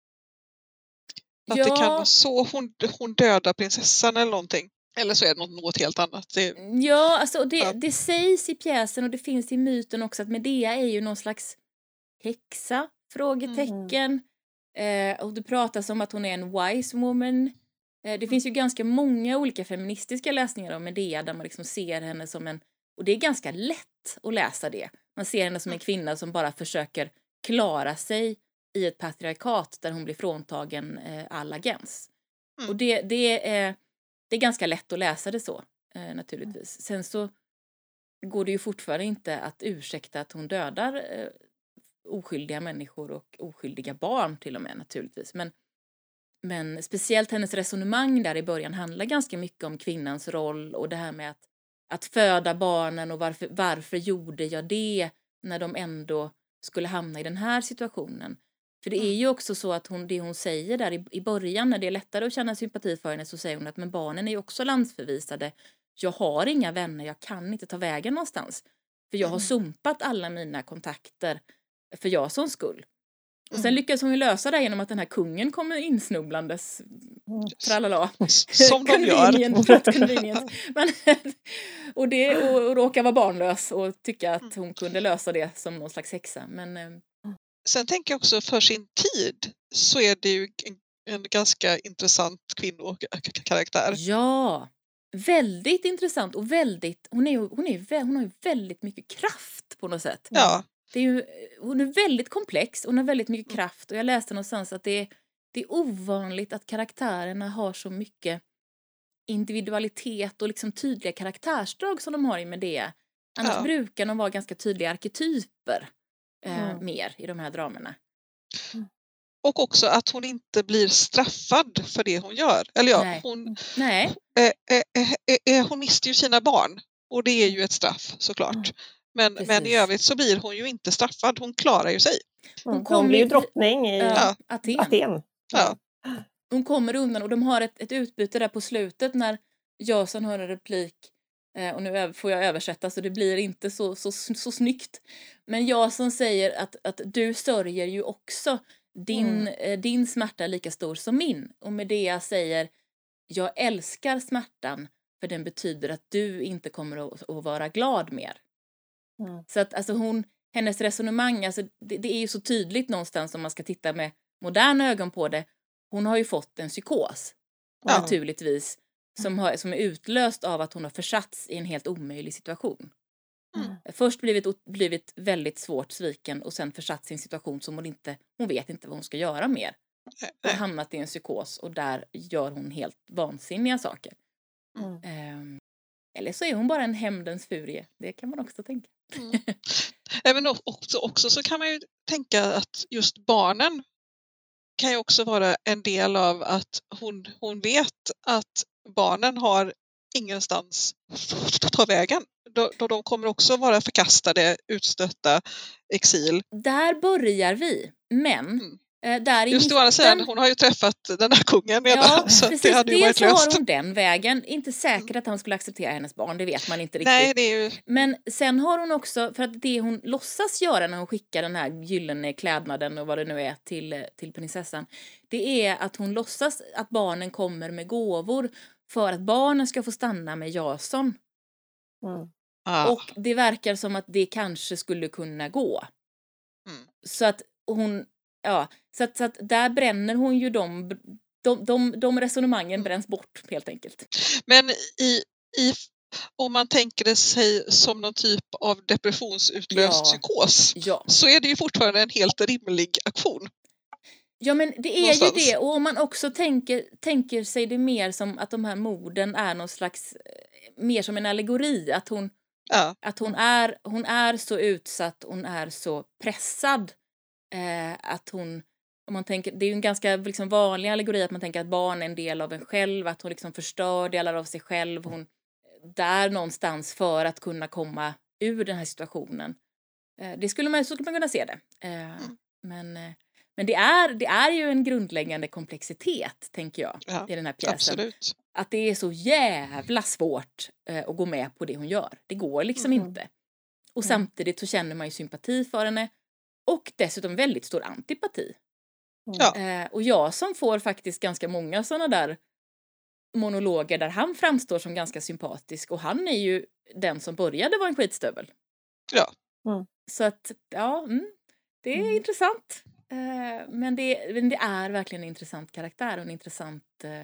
Att ja. det kan vara så hon, hon dödar prinsessan eller någonting. Eller så är det något, något helt annat. Det, ja, alltså det, ja. det sägs i pjäsen och det finns i myten också att Medea är ju någon slags häxa, frågetecken. Mm. Eh, och det pratas om att hon är en wise woman. Eh, det finns ju ganska många olika feministiska läsningar av Medea där man liksom ser henne som en, och det är ganska lätt att läsa det. Man ser henne som en kvinna som bara försöker klara sig i ett patriarkat där hon blir fråntagen eh, all agens. Mm. Och det, det, är, det är ganska lätt att läsa det så, eh, naturligtvis. Sen så går det ju fortfarande inte att ursäkta att hon dödar eh, oskyldiga människor och oskyldiga barn till och med, naturligtvis. Men, men speciellt hennes resonemang där i början handlar ganska mycket om kvinnans roll och det här med att, att föda barnen och varför, varför gjorde jag det när de ändå skulle hamna i den här situationen. För det är ju också så att hon, det hon säger där i, i början, när det är lättare att känna sympati för henne, så säger hon att men barnen är ju också landsförvisade. Jag har inga vänner, jag kan inte ta vägen någonstans. För jag har sumpat alla mina kontakter för jag som skull. Och sen lyckas hon ju lösa det genom att den här kungen kommer insnubblandes. Tralala. Som de gör. Men, och, det, och, och råkar vara barnlös och tycka att hon kunde lösa det som någon slags häxa. Men, sen tänker jag också för sin tid så är det ju en, en ganska intressant kvinnokaraktär. Ja, väldigt intressant och väldigt, hon, är, hon, är, hon har ju väldigt mycket kraft på något sätt. Ja. Det är ju, hon är väldigt komplex, hon har väldigt mycket kraft och jag läste någonstans att det är, det är ovanligt att karaktärerna har så mycket individualitet och liksom tydliga karaktärsdrag som de har i Medea. Annars ja. brukar de vara ganska tydliga arketyper eh, mm. mer i de här dramerna. Och också att hon inte blir straffad för det hon gör. Eller ja, Nej. hon, Nej. Äh, äh, äh, hon mister ju sina barn och det är ju ett straff såklart. Mm. Men, men i övrigt så blir hon ju inte straffad. Hon klarar ju sig. Hon, hon blir ju drottning i ja, Aten. Aten. Ja. Hon kommer undan och de har ett, ett utbyte där på slutet när Jason hör en replik. Eh, och nu får jag översätta så det blir inte så, så, så snyggt. Men Jason säger att, att du sörjer ju också. Din, mm. eh, din smärta är lika stor som min. Och Medea säger jag älskar smärtan för den betyder att du inte kommer att, att vara glad mer. Mm. Så att alltså hon, hennes resonemang, alltså det, det är ju så tydligt någonstans om man ska titta med moderna ögon på det. Hon har ju fått en psykos. Ja. Naturligtvis. Som, har, som är utlöst av att hon har försatts i en helt omöjlig situation. Mm. Först blivit, blivit väldigt svårt sviken och sen försatts i en situation som hon inte, hon vet inte vad hon ska göra mer. Och hamnat i en psykos och där gör hon helt vansinniga saker. Mm. Um, eller så är hon bara en hämndens furie. Det kan man också tänka. Mm. Även också, också så kan man ju tänka att just barnen kan ju också vara en del av att hon, hon vet att barnen har ingenstans att ta vägen. Då, då de kommer också vara förkastade, utstötta, exil. Där börjar vi, men mm. eh, där i just mitten... Just det, hon har ju träffat den här kungen redan. Ja, så precis. Det hade ju varit Dels löst. har hon den vägen. Inte säkert att han skulle acceptera hennes barn, det vet man inte riktigt. Nej, det är ju... Men sen har hon också, för att det hon låtsas göra när hon skickar den här gyllene klädnaden och vad det nu är till, till prinsessan, det är att hon låtsas att barnen kommer med gåvor för att barnen ska få stanna med Jason. Mm. Ah. Och det verkar som att det kanske skulle kunna gå. Mm. Så att hon, ja, så att, så att där bränner hon ju de, de, de, de resonemangen bränns bort helt enkelt. Men i, i, om man tänker sig som någon typ av depressionsutlöst ja. psykos ja. så är det ju fortfarande en helt rimlig aktion. Ja, men det är Någonstans. ju det. Och om man också tänker, tänker sig det mer som att de här morden är någon slags, mer som en allegori. Att hon, ja. att hon, är, hon är så utsatt, hon är så pressad. Eh, att hon, om man tänker, det är ju en ganska liksom, vanlig allegori att man tänker att barn är en del av en själv. Att hon liksom förstör delar av sig själv. Hon där någonstans för att kunna komma ur den här situationen. Eh, det skulle man, så skulle man kunna se det. Eh, mm. Men... Eh, Men det är, det är ju en grundläggande komplexitet, tänker jag, ja, i den här pjäsen. Absolut. Att det är så jävla svårt eh, att gå med på det hon gör. Det går liksom mm. inte. Och mm. samtidigt så känner man ju sympati för henne. Och dessutom väldigt stor antipati. Mm. Eh, och jag som får faktiskt ganska många sådana där monologer där han framstår som ganska sympatisk. Och han är ju den som började vara en skitstövel. Ja. Mm. Så att, ja, mm, det är mm. intressant. Uh, men, det, men det är verkligen en intressant karaktär och en intressant uh,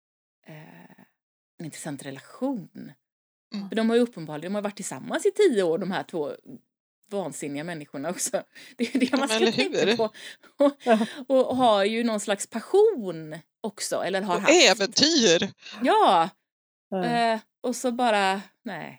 uh, en intressant relation. Mm. För de har ju uppenbarligen de har varit tillsammans i tio år, de här två vansinniga människorna också. Det är det man ska tänka på. Och, och, och har ju någon slags passion också. Eller har och haft. Äventyr. Ja. Mm. Uh, och så bara, nej.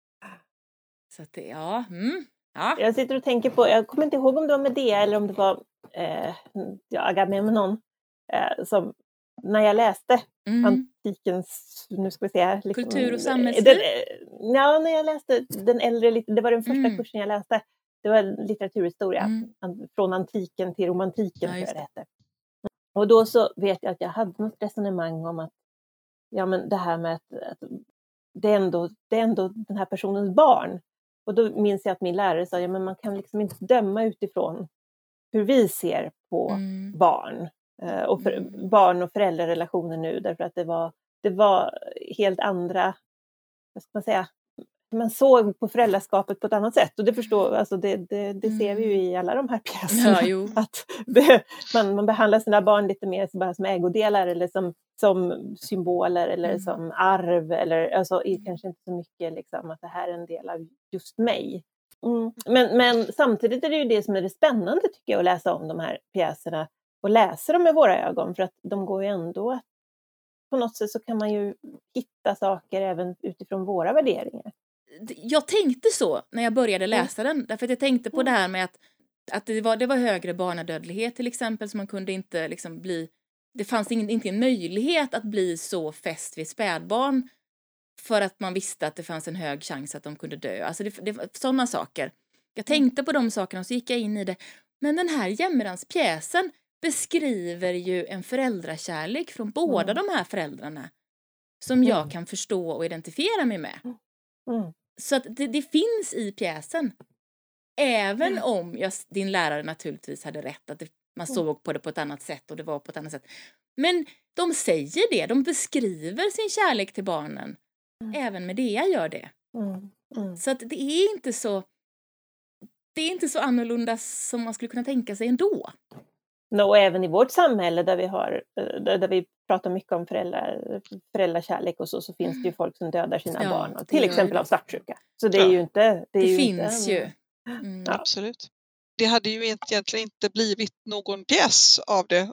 Så att det, ja. Mm. Ja. Jag sitter och tänker på, jag kommer inte ihåg om det var Medea eller om det var eh, ja, Agamemnon eh, som när jag läste mm. antikens, nu ska vi se. Liksom, kultur och samhällsliv? Ja, när jag läste den äldre, det var den första mm. kursen jag läste. Det var litteraturhistoria mm. från antiken till romantiken. Ja, det hette. Och då så vet jag att jag hade något resonemang om att ja, men det här med att, att det, är ändå, det är ändå den här personens barn. Och då minns jag att min lärare sa, ja men man kan liksom inte döma utifrån hur vi ser på mm. barn. Eh, och för, mm. barn och föräldrarrelationer nu. Därför att det var, det var helt andra, vad ska man säga, man såg på föräldraskapet på ett annat sätt. Och det förstår, alltså det, det, det ser vi ju i alla de här pjäserna. Ja, att det, man, man behandlar sina barn lite mer bara som ägodelar eller som, som symboler eller mm. som arv. Eller, alltså, kanske inte så mycket liksom, att det här är en del av just mig. Mm. Men, men samtidigt är det ju det som är det spännande tycker jag att läsa om de här pjäserna. Och läsa dem med våra ögon. För att de går ju ändå att på något sätt så kan man ju hitta saker även utifrån våra värderingar. Jag tänkte så när jag började läsa mm. den. Därför att jag tänkte på mm. det här med att, att det, var, det var högre barnadödlighet till exempel. Så man kunde inte liksom bli... Det fanns ingen, inte en möjlighet att bli så fäst vid spädbarn. För att man visste att det fanns en hög chans att de kunde dö. Alltså det, det, sådana saker. Jag tänkte på de sakerna och så gick jag in i det. Men den här Jämmerans-pjäsen beskriver ju en föräldrakärlek från båda mm. de här föräldrarna. Som jag mm. kan förstå och identifiera mig med. Mm. Så att det, det finns i pjäsen. Även mm. om jag, din lärare naturligtvis hade rätt. Att det, man såg på det på ett annat sätt och det var på ett annat sätt. Men de säger det. De beskriver sin kärlek till barnen. Mm. Även Medea gör det. Mm. Mm. Så att det är inte så... Det är inte så annorlunda som man skulle kunna tänka sig ändå. No, och även i vårt samhälle där vi, har, där vi pratar mycket om föräldrar, föräldrakärlek och så, så finns det ju folk som dödar sina ja, barn. Till exempel av svartsjuka. Så det är ja. ju inte... Det, det är ju finns inte, ju. Mm. Ja. Absolut. Det hade ju egentligen inte blivit någon pjäs av det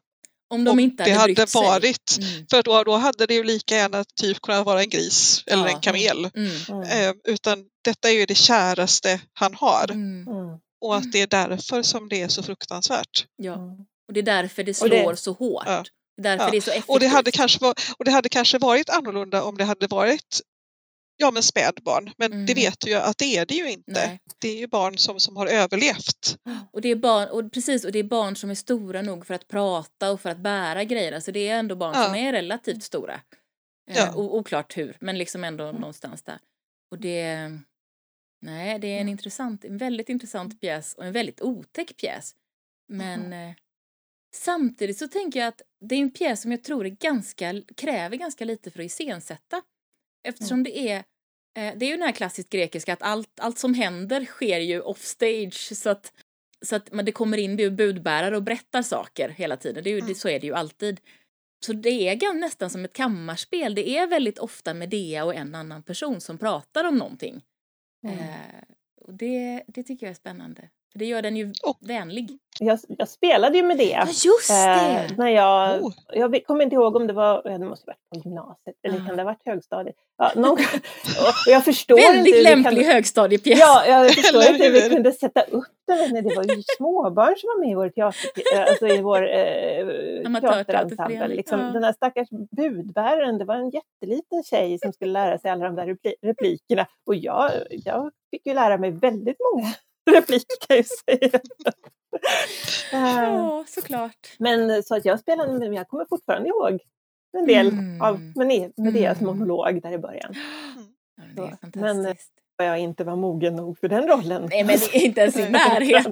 Om de och inte hade det hade brytt sig. varit, Mm. för då, då hade det ju lika gärna typ kunnat vara en gris eller Ja. en kamel. Mm. Mm. Eh, utan detta är ju det käraste han har. Mm. Mm. Och att det är därför som det är så fruktansvärt. Ja. Mm. Och det är därför det Och det- slår så hårt. Ja. Därför Ja. det är så effektivt. Och det, hade kanske var, och det hade kanske varit annorlunda om det hade varit ja, men spädbarn. Men Mm. det vet du ju att det är det ju inte. Nej. Det är ju barn som, som har överlevt. Och det är barn, och precis, och det är barn som är stora nog för att prata och för att bära grejer. Alltså det är ändå barn Ja. som är relativt stora. Eh, Ja. o- oklart hur, men liksom ändå någonstans där. Och det, nej, det är en intressant, en väldigt intressant pjäs och en väldigt otäck pjäs. Men eh, samtidigt så tänker jag att det är en pjäs som jag tror är ganska, kräver ganska lite för att iscensätta. Eftersom det är eh, det är ju den här klassiskt grekiska att allt, allt som händer sker ju offstage så att, så att men det kommer in budbärare och berättar saker hela tiden. Det är ju, det, så är det ju alltid. Så det är gan- nästan som ett kammarspel. Det är väldigt ofta Medea och en annan person som pratar om någonting. Mm. Eh, och det, det tycker jag är spännande. För det gör den ju Och- vänlig. Jag, jag spelade ju med det. Ja, just det! Eh, när jag, Oh. jag vet- kommer inte ihåg om det var, ja, det måste ha varit på gymnasiet, eller Ah. kan det ha varit högstadiet? Ja, någon, och jag förstår inte Väldigt hur vi lämplig kan, högstadiepjäs. ja, jag förstår Eller inte hur vi hur? kunde sätta upp den. när Det var ju småbarn som var med i vår teater, eh, alltså i vår eh, Amatörteaterförening, teaterensemble. Liksom, ja. Den här stackars budbäraren, det var en jätteliten tjej som skulle lära sig alla de där repli- replikerna. Och jag, jag fick ju lära mig väldigt många repliker, kan jag säga. Eh, Ja, såklart. Men så att jag spelade, men jag kommer fortfarande ihåg en del Mm. av Mene- Medeas Mm. monolog där i början. Ja, det är Så, fantastiskt. Och jag inte var mogen nog för den rollen. Nej, men det är inte ens i närheten.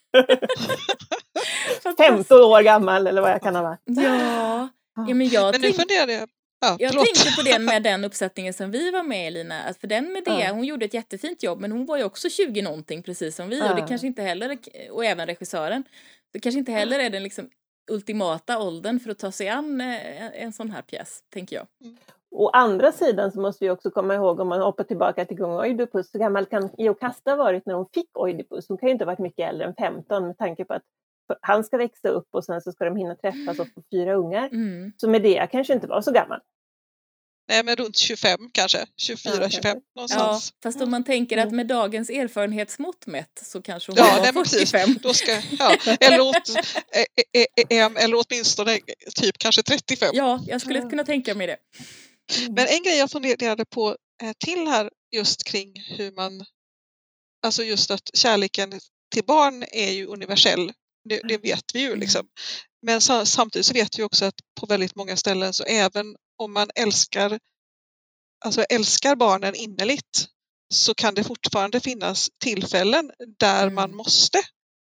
femton år gammal eller vad jag kan ha varit. Ja, ja men jag, Men nu tänk, funderar jag. Ja, jag förlåt. tänkte på det med den uppsättningen som vi var med i, Lina. Att för den med det, Ja. hon gjorde ett jättefint jobb, men hon var ju också tjugo någonting precis som vi. Och det Ja. kanske inte heller, och även regissören, det kanske inte heller är den liksom ultimata åldern för att ta sig an eh, en sån här pjäs, tänker jag. Å andra sidan så måste vi också komma ihåg, om man hoppar tillbaka till kung Oidipus, så gammal kan Iokasta ha varit när hon fick Oidipus. Hon kan ju inte ha varit mycket äldre än femton med tanke på att han ska växa upp och sen så ska de hinna träffas och få fyra ungar. Mm. Så Medea kanske inte var så gammal. Nej, men runt tjugofem kanske. tjugofyra, Ja, tjugofem Ja, någonstans. fast om man tänker att med dagens erfarenhetsmått mätt så kanske hon Ja, var nej, men precis. fyrtiofem. Då ska, ja, eller, åt, eh, eh, eh, eller åtminstone typ kanske trettiofem. Ja, jag skulle Ja. kunna tänka mig det. Men en grej jag funderade på eh, till här just kring hur man, alltså just att kärleken till barn är ju universell. Det, det vet vi ju liksom. Men sa, samtidigt så vet vi också att på väldigt många ställen så även om man älskar, alltså älskar barnen innerligt så kan det fortfarande finnas tillfällen där Mm. man måste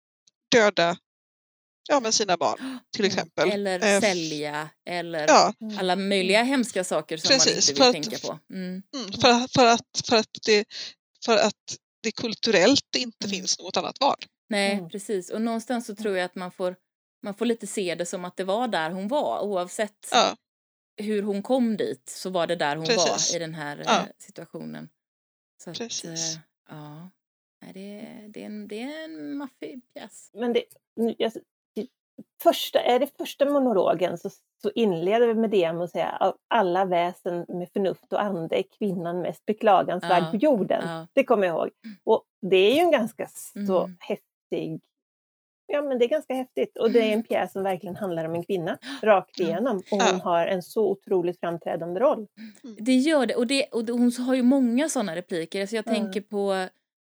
döda ja, men sina barn till exempel. Eller Eh, sälja, eller Ja, alla möjliga hemska saker som Precis, man för inte vill att- tänka på. Mm. mm, för, för, att, för, att det, för att det kulturellt inte Mm. finns något annat val. Nej, Mm. precis. Och någonstans så tror jag att man får, man får lite se det som att det var där hon var. Oavsett Ja, hur hon kom dit så var det där hon Precis. var i den här Ja. eh, situationen. Så att, Precis. eh, ja. Nej, det, är- det, är en, det är en maffig pjäs. Men det, jag, första, är det första monologen så, så inleder vi med det med att säga av alla väsen med förnuft och ande är kvinnan mest beklagansvärd Ja, på jorden. ja. Det kommer jag ihåg. Och det är ju en ganska så Mm. häftig, ja men det är ganska häftigt. Och det är en pjäs som verkligen handlar om en kvinna rakt igenom. Och hon Ja. har en så otroligt framträdande roll. Det gör det. Och, det, och det, hon har ju många sådana repliker. Alltså jag Mm. tänker på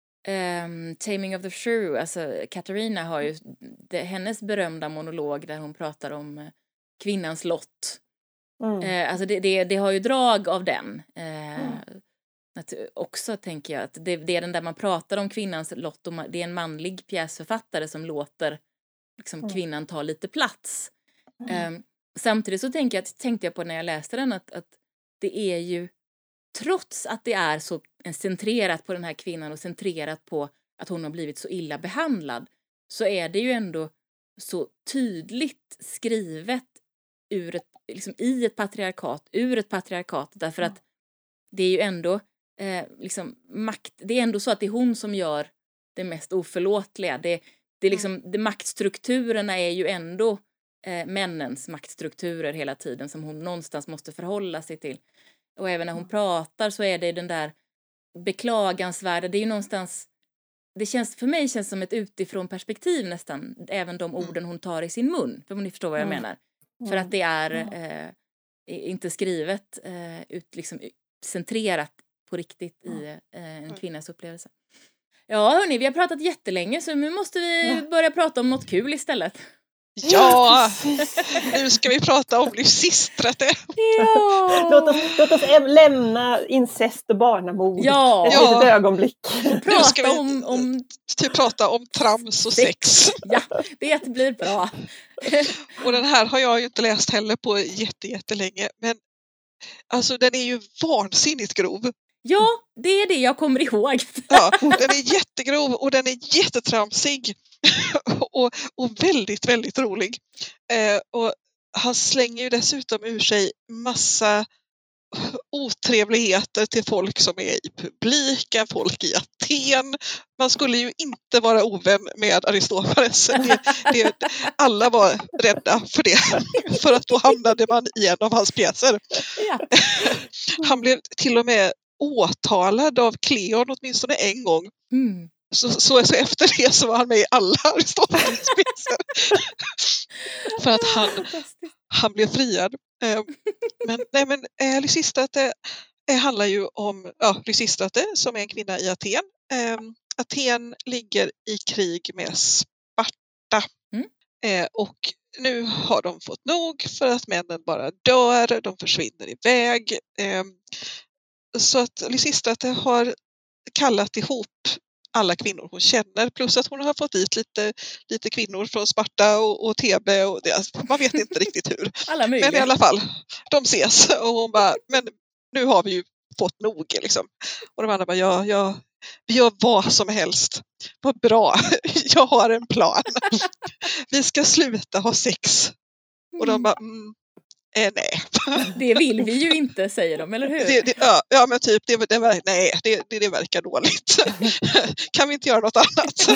ehm, Taming of the Shrew. Alltså Katarina har ju det, hennes berömda monolog där hon pratar om eh, kvinnans lott. Mm. Eh, alltså det, det, det har ju drag av den. Eh, Mm. att, också tänker jag att det, det är den där man pratar om kvinnans lott och ma- det är en manlig pjäsförfattare som låter liksom, Mm. kvinnan ta lite plats. Mm. Eh, samtidigt så tänker jag, tänkte jag på när jag läste den att, att det är ju trots att det är så centrerat på den här kvinnan och centrerat på att hon har blivit så illa behandlad så är det ju ändå så tydligt skrivet ur ett, liksom i ett patriarkat, ur ett patriarkat därför att det är ju ändå eh, liksom makt, det är ändå så att det är hon som gör det mest oförlåtliga. Det, det är liksom, det, maktstrukturerna är ju ändå eh, männens maktstrukturer hela tiden som hon någonstans måste förhålla sig till. Och även när hon pratar så är det den där beklagansvärda, det är ju någonstans, det känns, för mig känns som ett utifrån perspektiv nästan, även de orden hon tar i sin mun, för om ni förstår vad jag Mm. menar. Mm. För att det är eh, inte skrivet, eh, ut, liksom, centrerat på riktigt i eh, en kvinnas upplevelse. Ja hörni, vi har pratat jättelänge så nu måste vi börja prata om något kul istället. Ja, nu ska vi prata om Lysistratö. Ja! Låt oss, låt oss äm- lämna incest och barnamord Ja. ett Ja. litet ögonblick. Nu ska Prata vi om, om typ prata om trams och sex. Ja, det blir bra. Och den här har jag ju inte läst heller på jätte, jättelänge. Men alltså den är ju vansinnigt grov. Ja, det är det jag kommer ihåg. Ja, den är jättegrov och den är jättetramsig. och, och väldigt, väldigt rolig. Eh, och han slänger ju dessutom ur sig massa otrevligheter till folk som är i publiken, folk i Aten. Man skulle ju inte vara ovän med Aristofanes. Det, det, alla var rädda för det. För att då hamnade man i en av hans pjäser. Ja. Han blev till och med åtalad av Kleon åtminstone en gång. Mm. Så, så, så efter det så var han med i alla Aristofanes pjäser. För att han, han blev friad. Eh, Men, nej, men eh, Lysistratö eh, handlar ju om ja, Lysistratö som är en kvinna i Aten. Eh, Aten ligger i krig med Sparta. Mm. Eh, och nu har de fått nog för att männen bara dör, de försvinner iväg. Eh, så att Lysistratö har kallat ihop alla kvinnor hon känner, plus att hon har fått dit lite, lite kvinnor från Sparta och, och Thebe och det, man vet inte riktigt hur. Alla möjliga. Men i alla fall, de ses och hon bara, men nu har vi ju fått nog liksom. Och de andra bara, ja, ja, vi gör vad som helst. Vad bra, jag har en plan. Vi ska sluta ha sex. Och de bara, mm, eh, nej. Det vill vi ju inte, säger de, eller hur? Det, det, ja, ja, men typ, det, det, ver- nej, det, det, det verkar dåligt. Kan vi inte göra något annat?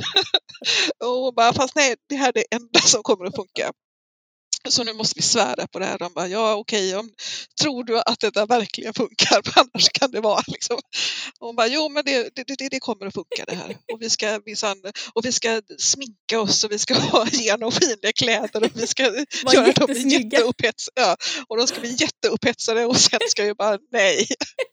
Och bara, fast nej, det här är det enda som kommer att funka. Så nu måste vi svära på det här. De bara, ja okej, om, tror du att det där verkligen funkar? Annars kan det vara liksom. Och hon bara, jo men det, det, det, det kommer att funka det här. Och vi ska minsann, och vi ska sminka oss och vi ska ha genomskinliga kläder och vi ska göra dem jätteupphetsade. Ja, och de ska bli jätteupphetsade och sen ska vi bara, nej.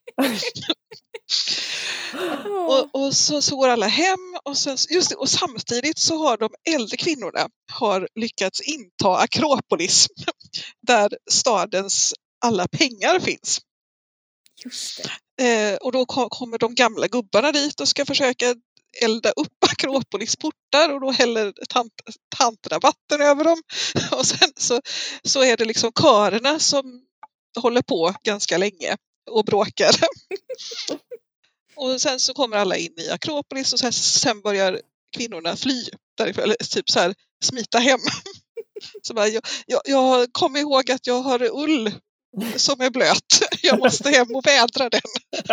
Och, och så, så går alla hem och, sen, just det, och samtidigt så har de äldre kvinnorna har lyckats inta Akropolis där stadens alla pengar finns. Just det. Eh, och då kom, kommer de gamla gubbarna dit och ska försöka elda upp Akropolis portar och då häller tant, tanterna vatten över dem. Och sen så, så är det liksom karerna som håller på ganska länge och bråkar. Och sen så kommer alla in i Akropolis och sen, sen börjar kvinnorna fly därifrån, eller typ så här smita hem. Så bara, jag, jag, jag kommer ihåg att jag har ull som är blöt. Jag måste hem och vädra den.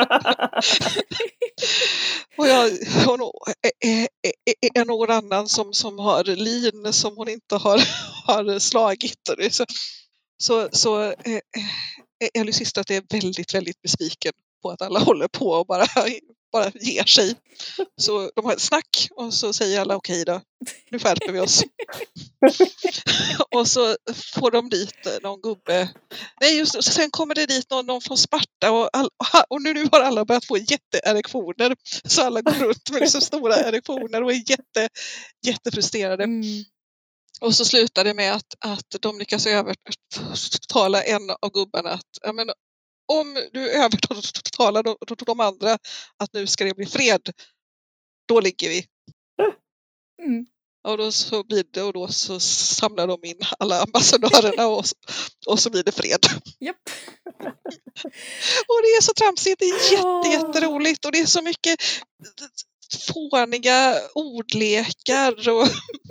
Och jag har nog, är, är, är någon annan som, som har lin som hon inte har, har slagit. Så, så, så är, är Lysistratö är väldigt, väldigt besviken på att alla håller på och bara, bara ger sig. Så de har ett snack och så säger alla okej då, nu skärper vi oss. Och så får de dit någon gubbe. Nej just det, sen kommer det dit någon, någon från Sparta och, all, och nu, nu har alla börjat få jätteerektioner. Så alla går runt med så stora erektioner och är jätte, jättefrustrerade. Mm. Och så slutar det med att, att de lyckas övertala en av gubbarna att jag menar, om du övertalar de, de andra att nu ska det bli fred, då ligger vi. Mm. Och då så blir det, och då så samlar de in alla ambassadörerna och, och så blir det fred. Japp. Och det är så tramsigt, det är Ja. jätte, jätteroligt och det är så mycket fåniga ordlekar och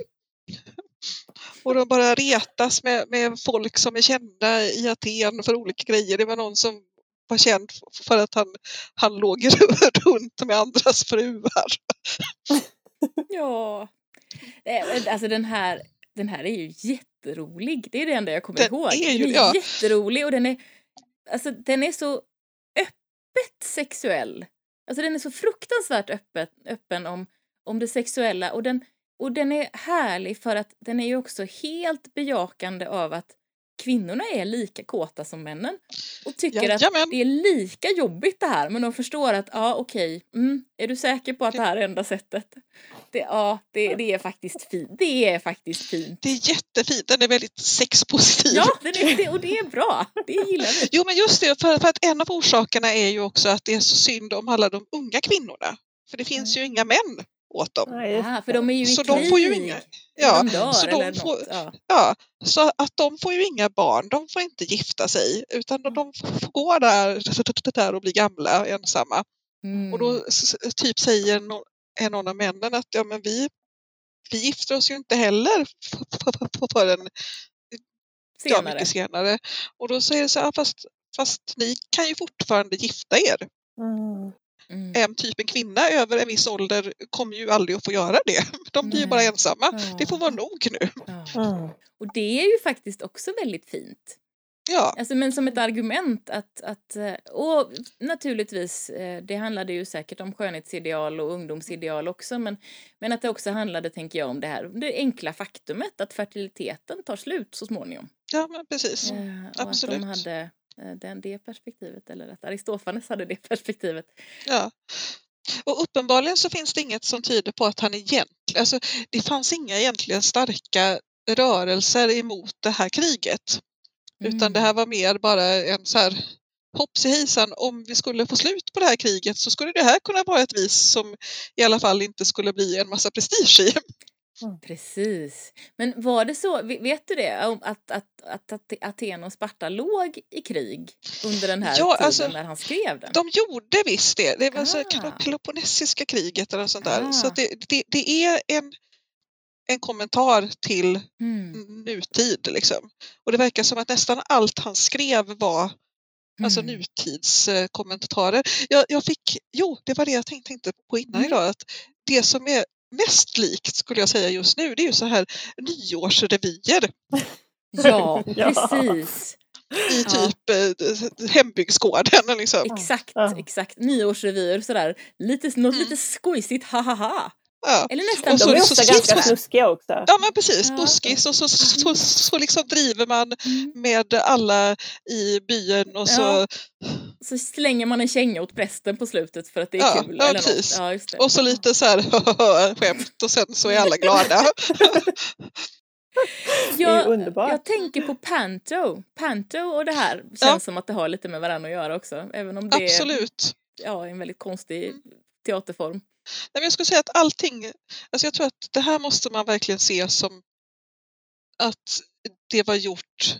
och de bara retas med, med folk som är kända i Aten för olika grejer. Det var någon som var känd för att han, han låg runt med andras fruar. Ja. Det är- Alltså den här den här är ju jätterolig. Det är det enda jag kommer Den ihåg. är ju- den är ja. jätterolig och den är, alltså, den är så öppet sexuell. Alltså den är så fruktansvärt öppet, öppen om, om det sexuella. Och den, och den är härlig för att den är ju också helt bejakande av att kvinnorna är lika kåta som männen. Och tycker Jajamän. att det är lika jobbigt det här. Men de förstår att, ja okej, mm, är du säker på att det här är enda sättet? Det, ja, det, det är faktiskt fint. Det är faktiskt fint. Det är jättefint, den är väldigt sexpositiv. Ja, den är, det, och det är bra. Det gillar vi. Jo, men just det, för, för att en av orsakerna är ju också att det är så synd om alla de unga kvinnorna. För det finns ju inga män åt dem. Nej, just Ja, för de är ju i Så krig. de får ju inga, ja, de dör så de eller får, något. Ja. ja, så att de får ju inga barn, de får inte gifta sig, utan de, de får gå där, där och bli gamla ensamma. Mm. Och då s- typ säger no, en av männen att ja, men vi, vi gifter oss ju inte heller förrän ja, Senare. mycket senare. Och då säger det så här, fast, fast ni kan ju fortfarande gifta er. Mm. Mm. En typ en kvinna över en viss ålder kommer ju aldrig att få göra det. De blir ju Nej. bara ensamma. Ja. Det får vara nog nu. Ja. Mm. Och det är ju faktiskt också väldigt fint. Ja, Alltså, men som ett argument att, att och naturligtvis, det handlade ju säkert om skönhetsideal och ungdomsideal också, men, men att det också handlade, tänker jag, om det här, det enkla faktumet att fertiliteten tar slut så småningom. ja men precis. Eh, och Absolut. att de hade eh, den, det perspektivet, eller att Aristofanes hade det perspektivet. Ja. Och uppenbarligen så finns det inget som tyder på att han egentligen, alltså det fanns inga egentligen starka rörelser emot det här kriget. Mm. Utan det här var mer bara en så här hoppsihejsan, om vi skulle få slut på det här kriget så skulle det här kunna vara ett vis som i alla fall inte skulle bli en massa prestige i. Precis. Men var det så, vet du det, om att, att, att, att Aten och Sparta låg i krig under den här Ja, tiden alltså, när han skrev den? De gjorde visst det. Det var så Ah. kallade Peloponnesiska kriget eller något sånt där. Ah. Så att det, det, det är en, en kommentar till Mm. nutid liksom. Och det verkar som att nästan allt han skrev var alltså Mm. nutidskommentarer. Jag, jag fick, jo det var det jag tänkte, tänkte på innan Mm. idag, att det som är mest likt skulle jag säga just nu, det är ju så här nyårsrevyer Ja, Ja. precis. i Ja. typ eh, hembygdsgården liksom. Exakt, Ja. exakt. Nyårsrevyer sådär. Lite, något Mm. lite skojsigt, ha ha ha. Ja. Eller nästan Och så- De är så ofta skrivs ganska det. snuskiga också. Ja men precis, Ja. buskis och så, så, så, så liksom driver man Mm. med alla i byn och så, Ja. Så slänger man en känga åt prästen på slutet för att det är Ja, kul. ja, eller precis. något. Ja, just det. och så lite så här skämt och sen så är alla glada. Det är ju jag, underbart. jag tänker på Panto. Panto och det här känns Ja. som att det har lite med varandra att göra också. Även om det Absolut. är ja, en väldigt konstig teaterform. Nej, men jag skulle säga att allting, alltså jag tror att det här måste man verkligen se som att det var gjort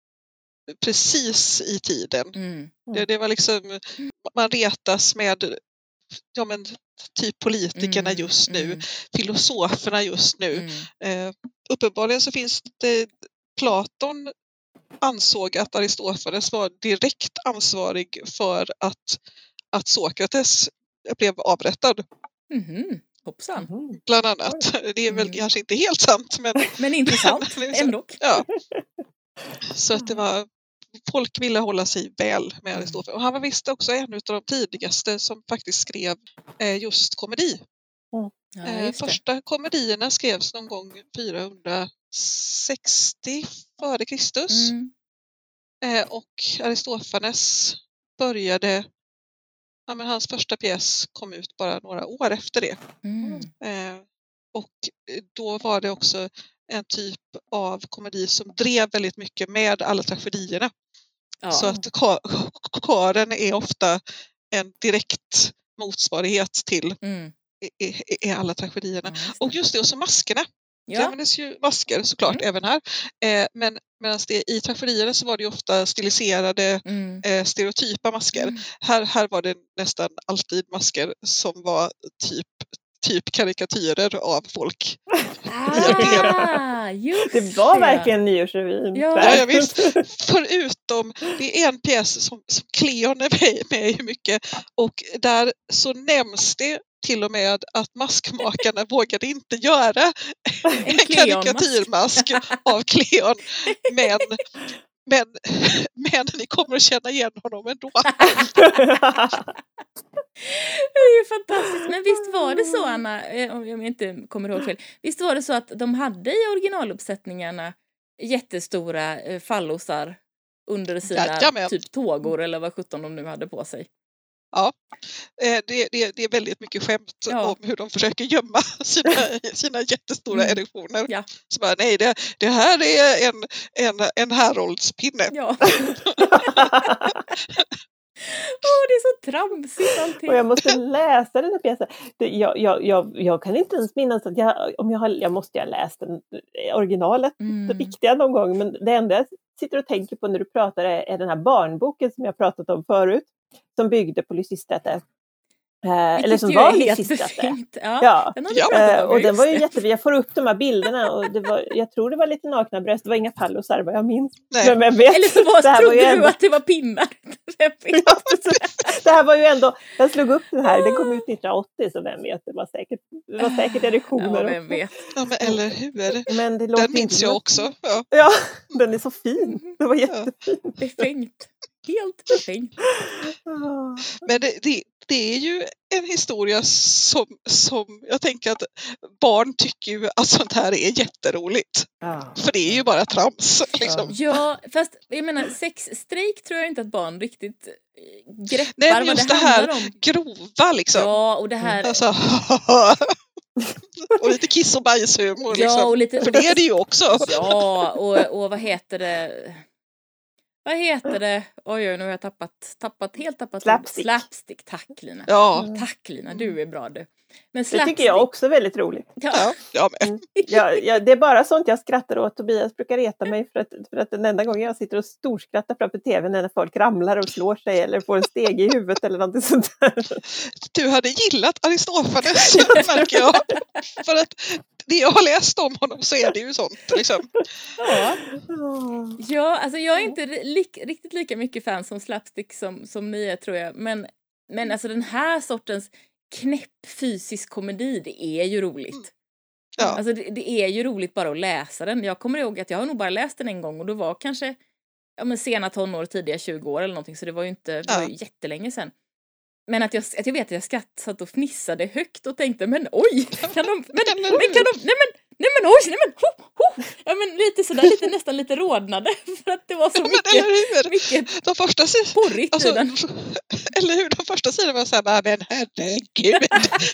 precis i tiden. Mm. Det, det var liksom, man retas med ja, men, typ politikerna Mm, just nu, mm, filosoferna just nu. mm. Eh, uppenbarligen så finns det, Platon ansåg att Aristofanes var direkt ansvarig för att, att Sokrates blev avrättad, Mhm. Hoppsan. Mhm. bland annat. Det är väl Mm. kanske inte helt sant, men Men intressant Men liksom- ändå. ja. Så att det var, folk ville hålla sig väl med Mm. Aristofanes. Och han var visst också en av de tidigaste som faktiskt skrev eh, just komedi. Ja, Eh, just det. första komedierna skrevs någon gång fyrahundrasextio före Kristus. Mm. Eh, och Aristofanes började, ja, men hans första pjäs kom ut bara några år efter det. Mm. Eh, och då var det också en typ av komedi som drev väldigt mycket med alla tragedierna. Ja. Så att ka- karen är ofta en direkt motsvarighet till Mm. i, i, i alla tragedierna. Ja, just det. Och just det, och så maskerna. Det Ja. användes ju masker såklart Mm. även här. Eh, men medan det i tragedierna så var det ju ofta stiliserade Mm. eh, stereotypa masker. Mm. Här, här var det nästan alltid masker som var typ, typ karikatyrer av folk. Ah, just Det var det. verkligen nyårsrevyn. Ja. Ja, ja, visst. Förutom, det är en pjäs som, som Cleon är med, med i mycket och där så nämns det till och med att maskmakarna vågade inte göra en, en Cleon-mask. karikatyrmask av Cleon. Men, men, men ni kommer att känna igen honom ändå. Det är ju fantastiskt. Men visst var det så, Anna, om jag inte kommer ihåg fel. Visst var det så att de hade i originaluppsättningarna jättestora fallosar under sina Jajamän. typ tågor eller vad sjutton de nu hade på sig. Ja, det, det, det är väldigt mycket skämt Ja. om hur de försöker gömma sina, sina jättestora Mm. erektioner. Ja. Så bara, nej, det, det här är en, en, en häroldspinne. Ja. Åh, det är så tramsigt allting. Och jag måste läsa den här pjäsen. Det, jag, jag, jag, jag kan inte ens minnas att jag, om jag har, jag måste ha läst den, originalet, Mm. det riktiga någon gång. Men det enda jag sitter och tänker på när du pratar är, är den här barnboken som jag pratat om förut. Som byggde på Lysistrate. Eh, eller som var Lysistrate. Ja, Ja. den Ja. Eh, och den var ju jättefin. Jag får upp de här bilderna och det var, jag tror det var lite nakna bröst. Det var inga fallosar vad jag minns. Nej. Men jag vet, Eller så var, det här trodde var ju du ändå, att det var pinnar. Ja, det här var ju ändå, jag slog upp den här, den kom ut nittonhundraåttio så vem vet, det var säkert, det var säkert erektioner. Ja, vem vet. Ja, men eller hur? Men det låter Den minns inte jag som- också. Ja. Ja, den är så fin. Det var jättefin. Befängt. Helt befängt. Ah. Men det, det, det är ju en historia som, som jag tänker att barn tycker ju att sånt här är jätteroligt. Ja. För det är ju bara trams. Liksom. Ja, fast jag menar sexstrejk tror jag inte att barn riktigt eh, greppar Nej, men vad just det det handlar här om. grova liksom. Ja, och det här... Alltså, och lite kiss och bajshumor. Liksom. Ja, och lite... För det är det ju också. Ja, och, och vad heter det? Vad heter det? Oj, oj, nu har jag tappat, tappat helt tappat. Slapstick. Slapstick, tack Lina. Ja, Tack Lina, du är bra du. Men Det slapstick. tycker jag också är väldigt roligt. Ja. ja, jag med. Mm. Jag, jag, det är bara sånt jag skrattar åt. Tobias brukar reta mig för att, för att den enda gången jag sitter och storskrattar framför tvn är när folk ramlar och slår sig eller får en steg i huvudet eller något sånt där. Du hade gillat Aristofanes, märker jag. För att det jag har läst om honom så är det ju sånt. Liksom. Ja. Oh. Ja, alltså jag är inte li- riktigt lika mycket fan som slapstick som, som ni är tror jag. Men, men alltså den här sortens knäpp fysisk komedi, det är ju roligt. Ja. Alltså det, det är ju roligt bara att läsa den. Jag kommer ihåg att jag har nog bara läst den en gång och då var kanske ja, men sena tonår, tidiga tjugo år eller någonting. Så det var ju inte, det var ju jättelänge sedan. Men att jag, att jag vet att jag skrattade och fnissade högt och tänkte, men oj, kan de, men, men kan de, nej men, nej men oj, nej men, ho, ho. Ja men lite sådär, lite, nästan lite rodnade för att det var så Men mycket, eller hur? mycket De första sidorna, porrigt alltså, i den. eller hur? De första sidorna var så här, men herregud.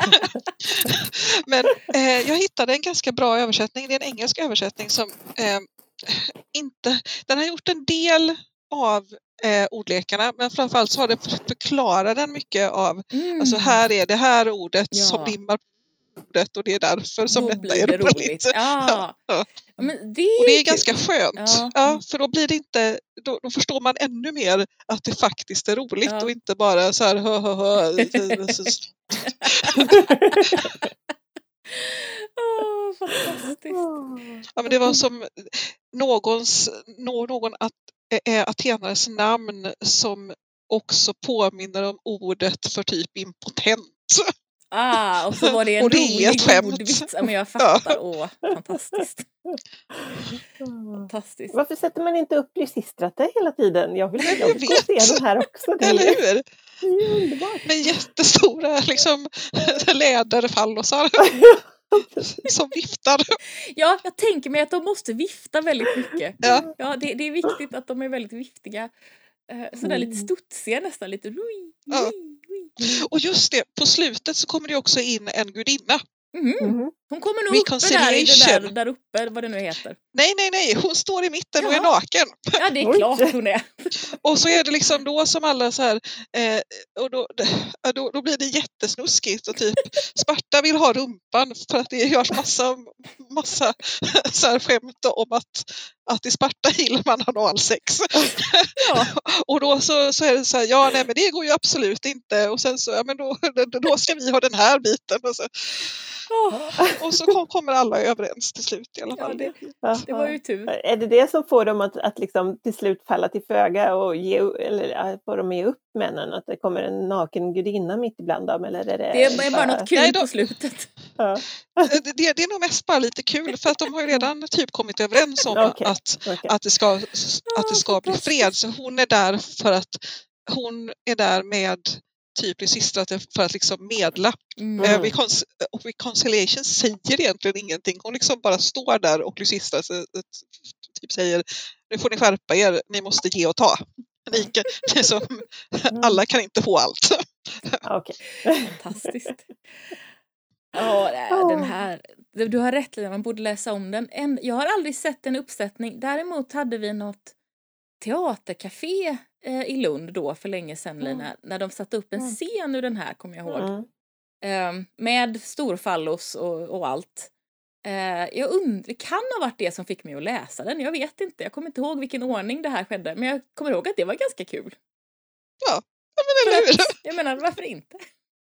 Men eh, jag hittade en ganska bra översättning. Det är en engelsk översättning som eh, inte, den har gjort en del av eh, ordlekarna, men framförallt så har det förklarat den mycket av, Mm. alltså här är det här ordet Ja. som rimmar på ordet och det är därför som Då detta blir är det roligt. roligt. Ja. Ja, ja. Ja, men det Och det är kul. ganska skönt. Ja. Ja, för då blir det inte, då, då förstår man ännu mer att det faktiskt är roligt Ja. och inte bara så här hö, hö, hö. Åh, fantastiskt. Ja, men det var som någons, nå- någon at, äh, atenares namn som också påminner om ordet för typ impotent. Ah, och så var det en Och det är ett rolig skämt. ordvits. Ja, men jag fattar. Åh, fantastiskt. Fantastiskt. Varför sätter man inte upp Lysistrate hela tiden? Jag vill, jag Jag vill gå och vet. se den här också. Det Eller är, hur? det är ju underbart. Med jättestora liksom, läderfallosar som viftar. Ja, jag tänker mig att de måste vifta väldigt mycket. Ja. Ja, det, det är viktigt att de är väldigt viftiga. Eh, Sådär lite studsiga nästan, lite rui, Ja. rui, rui. Och just det, på slutet så kommer det också in en gudinna. Mhm. Mhm. Hon kommer nog uppe där, i det där, Reconciliation. där uppe, vad det nu heter. Nej, nej, nej, hon står i mitten och är Jaha. naken. Ja, det är Oj. klart hon är. Och så är det liksom då som alla så här, eh, och då, ja, då, då blir det jättesnuskigt och typ Sparta vill ha rumpan för att det görs massa, massa så här skämt om att att i Sparta gillar man analsex. Ja. Och då så, så är det så här, ja nej men det går ju absolut inte. Och sen så, ja men då, då ska vi ha den här biten. Och så, Oh. och så kom, kommer alla överens till slut i alla fall. Ja, det, det var ju tur. Är det det som får dem att, att liksom till slut falla till föga och ge, eller får de ge upp männen? Att det kommer en naken gudinna mitt ibland dem? Eller är det, det är bara, bara något kul nej, då, på slutet. Ja. Det, det, det är nog mest bara lite kul för att de har ju redan typ kommit överens om okay. att, okay. att det ska, att det ska bli fred. Så hon är där för att hon är där med typ Lysistra för att liksom medla. Mm. Uh, recon- reconciliation säger egentligen ingenting. Hon liksom bara står där och Lysistra typ säger nu får ni skärpa er, ni måste ge och ta. Ni kan, liksom, alla kan inte få allt. Okay. Fantastiskt. Ja, den här. Du har rätt, man borde läsa om den. En, jag har aldrig sett en uppsättning. Däremot hade vi något teatercafé eh, i Lund då för länge sedan, mm. Lina, när de satte upp en scen ur den här, kommer jag ihåg. Mm. Eh, med storfallos och, och allt. Eh, jag undrar, det kan ha varit det som fick mig att läsa den. Jag vet inte, jag kommer inte ihåg vilken ordning det här skedde. Men jag kommer ihåg att det var ganska kul. Ja, men eller hur? Jag menar, varför inte?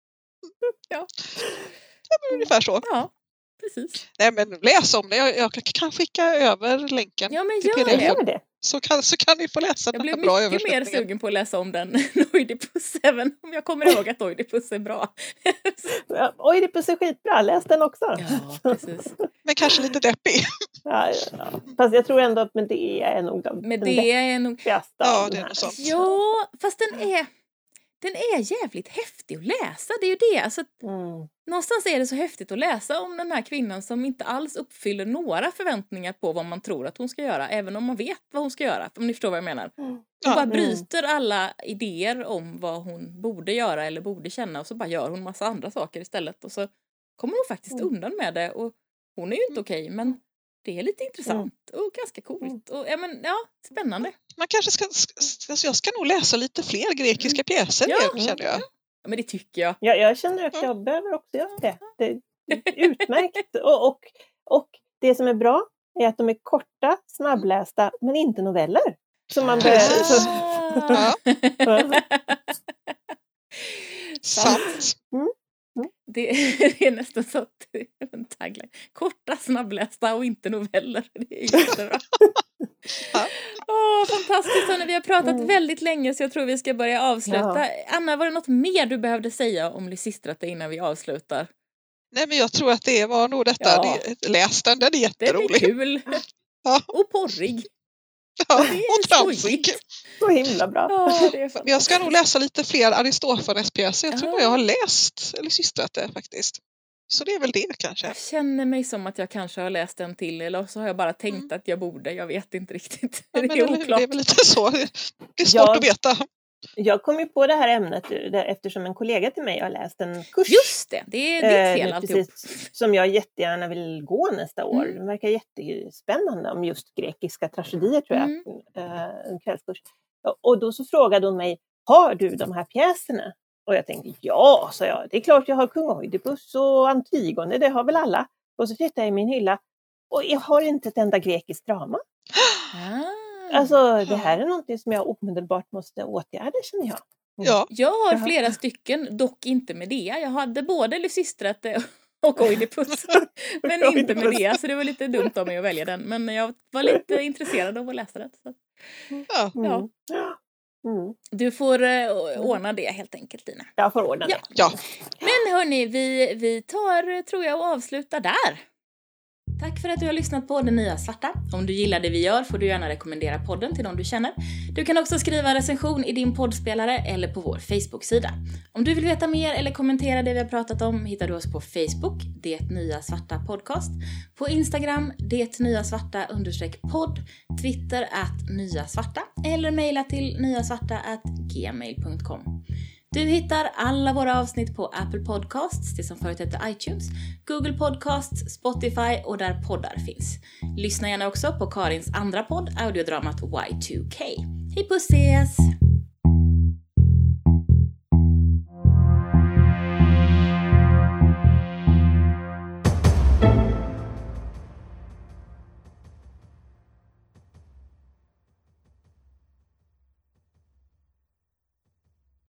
Ja. Ja, men ungefär så. Ja, precis. Nej, men läs om det. Jag, jag kan skicka över länken ja, men till gör P D F. Det. Så kan, så kan ni få läsa jag den här bra översättningen. Jag blev mycket mer sugen på att läsa om den Oidipus, även om jag kommer ihåg att Oidipus är bra. Ja, Oidipus är skitbra, läs den också. Ja, precis. Men kanske lite deppig. Ja, ja. Fast jag tror ändå att Medea är nog de, Medea den är nog... Ja, det är något sånt. Ja, fast den är... Den är jävligt häftig att läsa, det är ju det. Alltså, mm. Någonstans är det så häftigt att läsa om den här kvinnan som inte alls uppfyller några förväntningar på vad man tror att hon ska göra. Även om man vet vad hon ska göra, om ni förstår vad jag menar. Mm. Hon ja. bara bryter alla idéer om vad hon borde göra eller borde känna. Och så bara gör hon massa andra saker istället. Och så kommer hon faktiskt mm. undan med det. Och hon är ju inte okej, men det är lite intressant mm. och ganska coolt. Och, ja, men, ja, spännande. Man kanske ska, ska, jag ska nog läsa lite fler grekiska pjäser ja, igen, känner jag. Ja, men det tycker jag. Ja, jag känner att jag mm. behöver också göra det. Det är utmärkt. och, och, och det som är bra är att de är korta, snabblästa, men inte noveller. Så man behöver... Så... Ja. Sant. Mm. Det, det är nästan så att en tagline. Korta, snabblästa och inte noveller. Det är jättebra. Ja. Åh, fantastiskt Anna. Vi har pratat mm. väldigt länge så jag tror vi ska börja avsluta. Ja. Anna, var det något mer du behövde säga om Lysistrata innan vi avslutar? Nej, men jag tror att det var nog detta. Ja. Det, läs den, den är jätterolig. Den är kul. Ja. Och porrig. Ja, och tramsig. Så himla bra. Ja, det är jag ska nog läsa lite fler Aristofanes-pjäser. Jag tror ja. jag har läst Lysistrata faktiskt. Så det är väl det kanske. Jag känner mig som att jag kanske har läst en till. Eller så har jag bara tänkt mm. att jag borde. Jag vet inte riktigt. Ja, det är är oklart. Det är väl lite så. Det är svårt jag, att veta. Jag kom ju på det här ämnet eftersom en kollega till mig har läst en kurs. Just det, det är ditt fel eh, alltihop. Som jag jättegärna vill gå nästa år. Mm. Det verkar jättespännande om just grekiska tragedier tror jag. Mm. Eh, en kvällskurs. Och då så frågade hon mig, har du de här pjäserna? Och jag tänkte, ja, sa jag. Det är klart jag har kung Oidipus och Antigone, det har väl alla. Och så tittade jag i min hylla. Och jag har inte ett enda grekiskt drama. Ah. Alltså det här är någonting som jag omedelbart måste åtgärda, känner jag. Mm. Ja. Jag har flera stycken, dock inte med det. Jag hade både Lysistrata och Oidipus. Men inte med det, så det var lite dumt av mig att välja den. Men jag var lite intresserad av att läsa den. Så. Ja. Ja. Mm. Du får uh, ordna det helt enkelt, Dina. Jag får ordna det. Ja. Ja. Men hörni, vi, vi tar, tror jag, och avslutar där. Tack för att du har lyssnat på Den Nya Svarta. Om du gillar det vi gör får du gärna rekommendera podden till någon du känner. Du kan också skriva en recension i din poddspelare eller på vår Facebook-sida. Om du vill veta mer eller kommentera det vi har pratat om hittar du oss på Facebook, Det Nya Svarta Podcast. På Instagram, Det Nya Svarta understreck podd. Twitter at Nya Svarta. Eller mejla till nyasvarta at gmail punkt com. Du hittar alla våra avsnitt på Apple Podcasts, det som förut hette iTunes, Google Podcasts, Spotify och där poddar finns. Lyssna gärna också på Karins andra podd, audiodramat Y two K. Hej puss ses!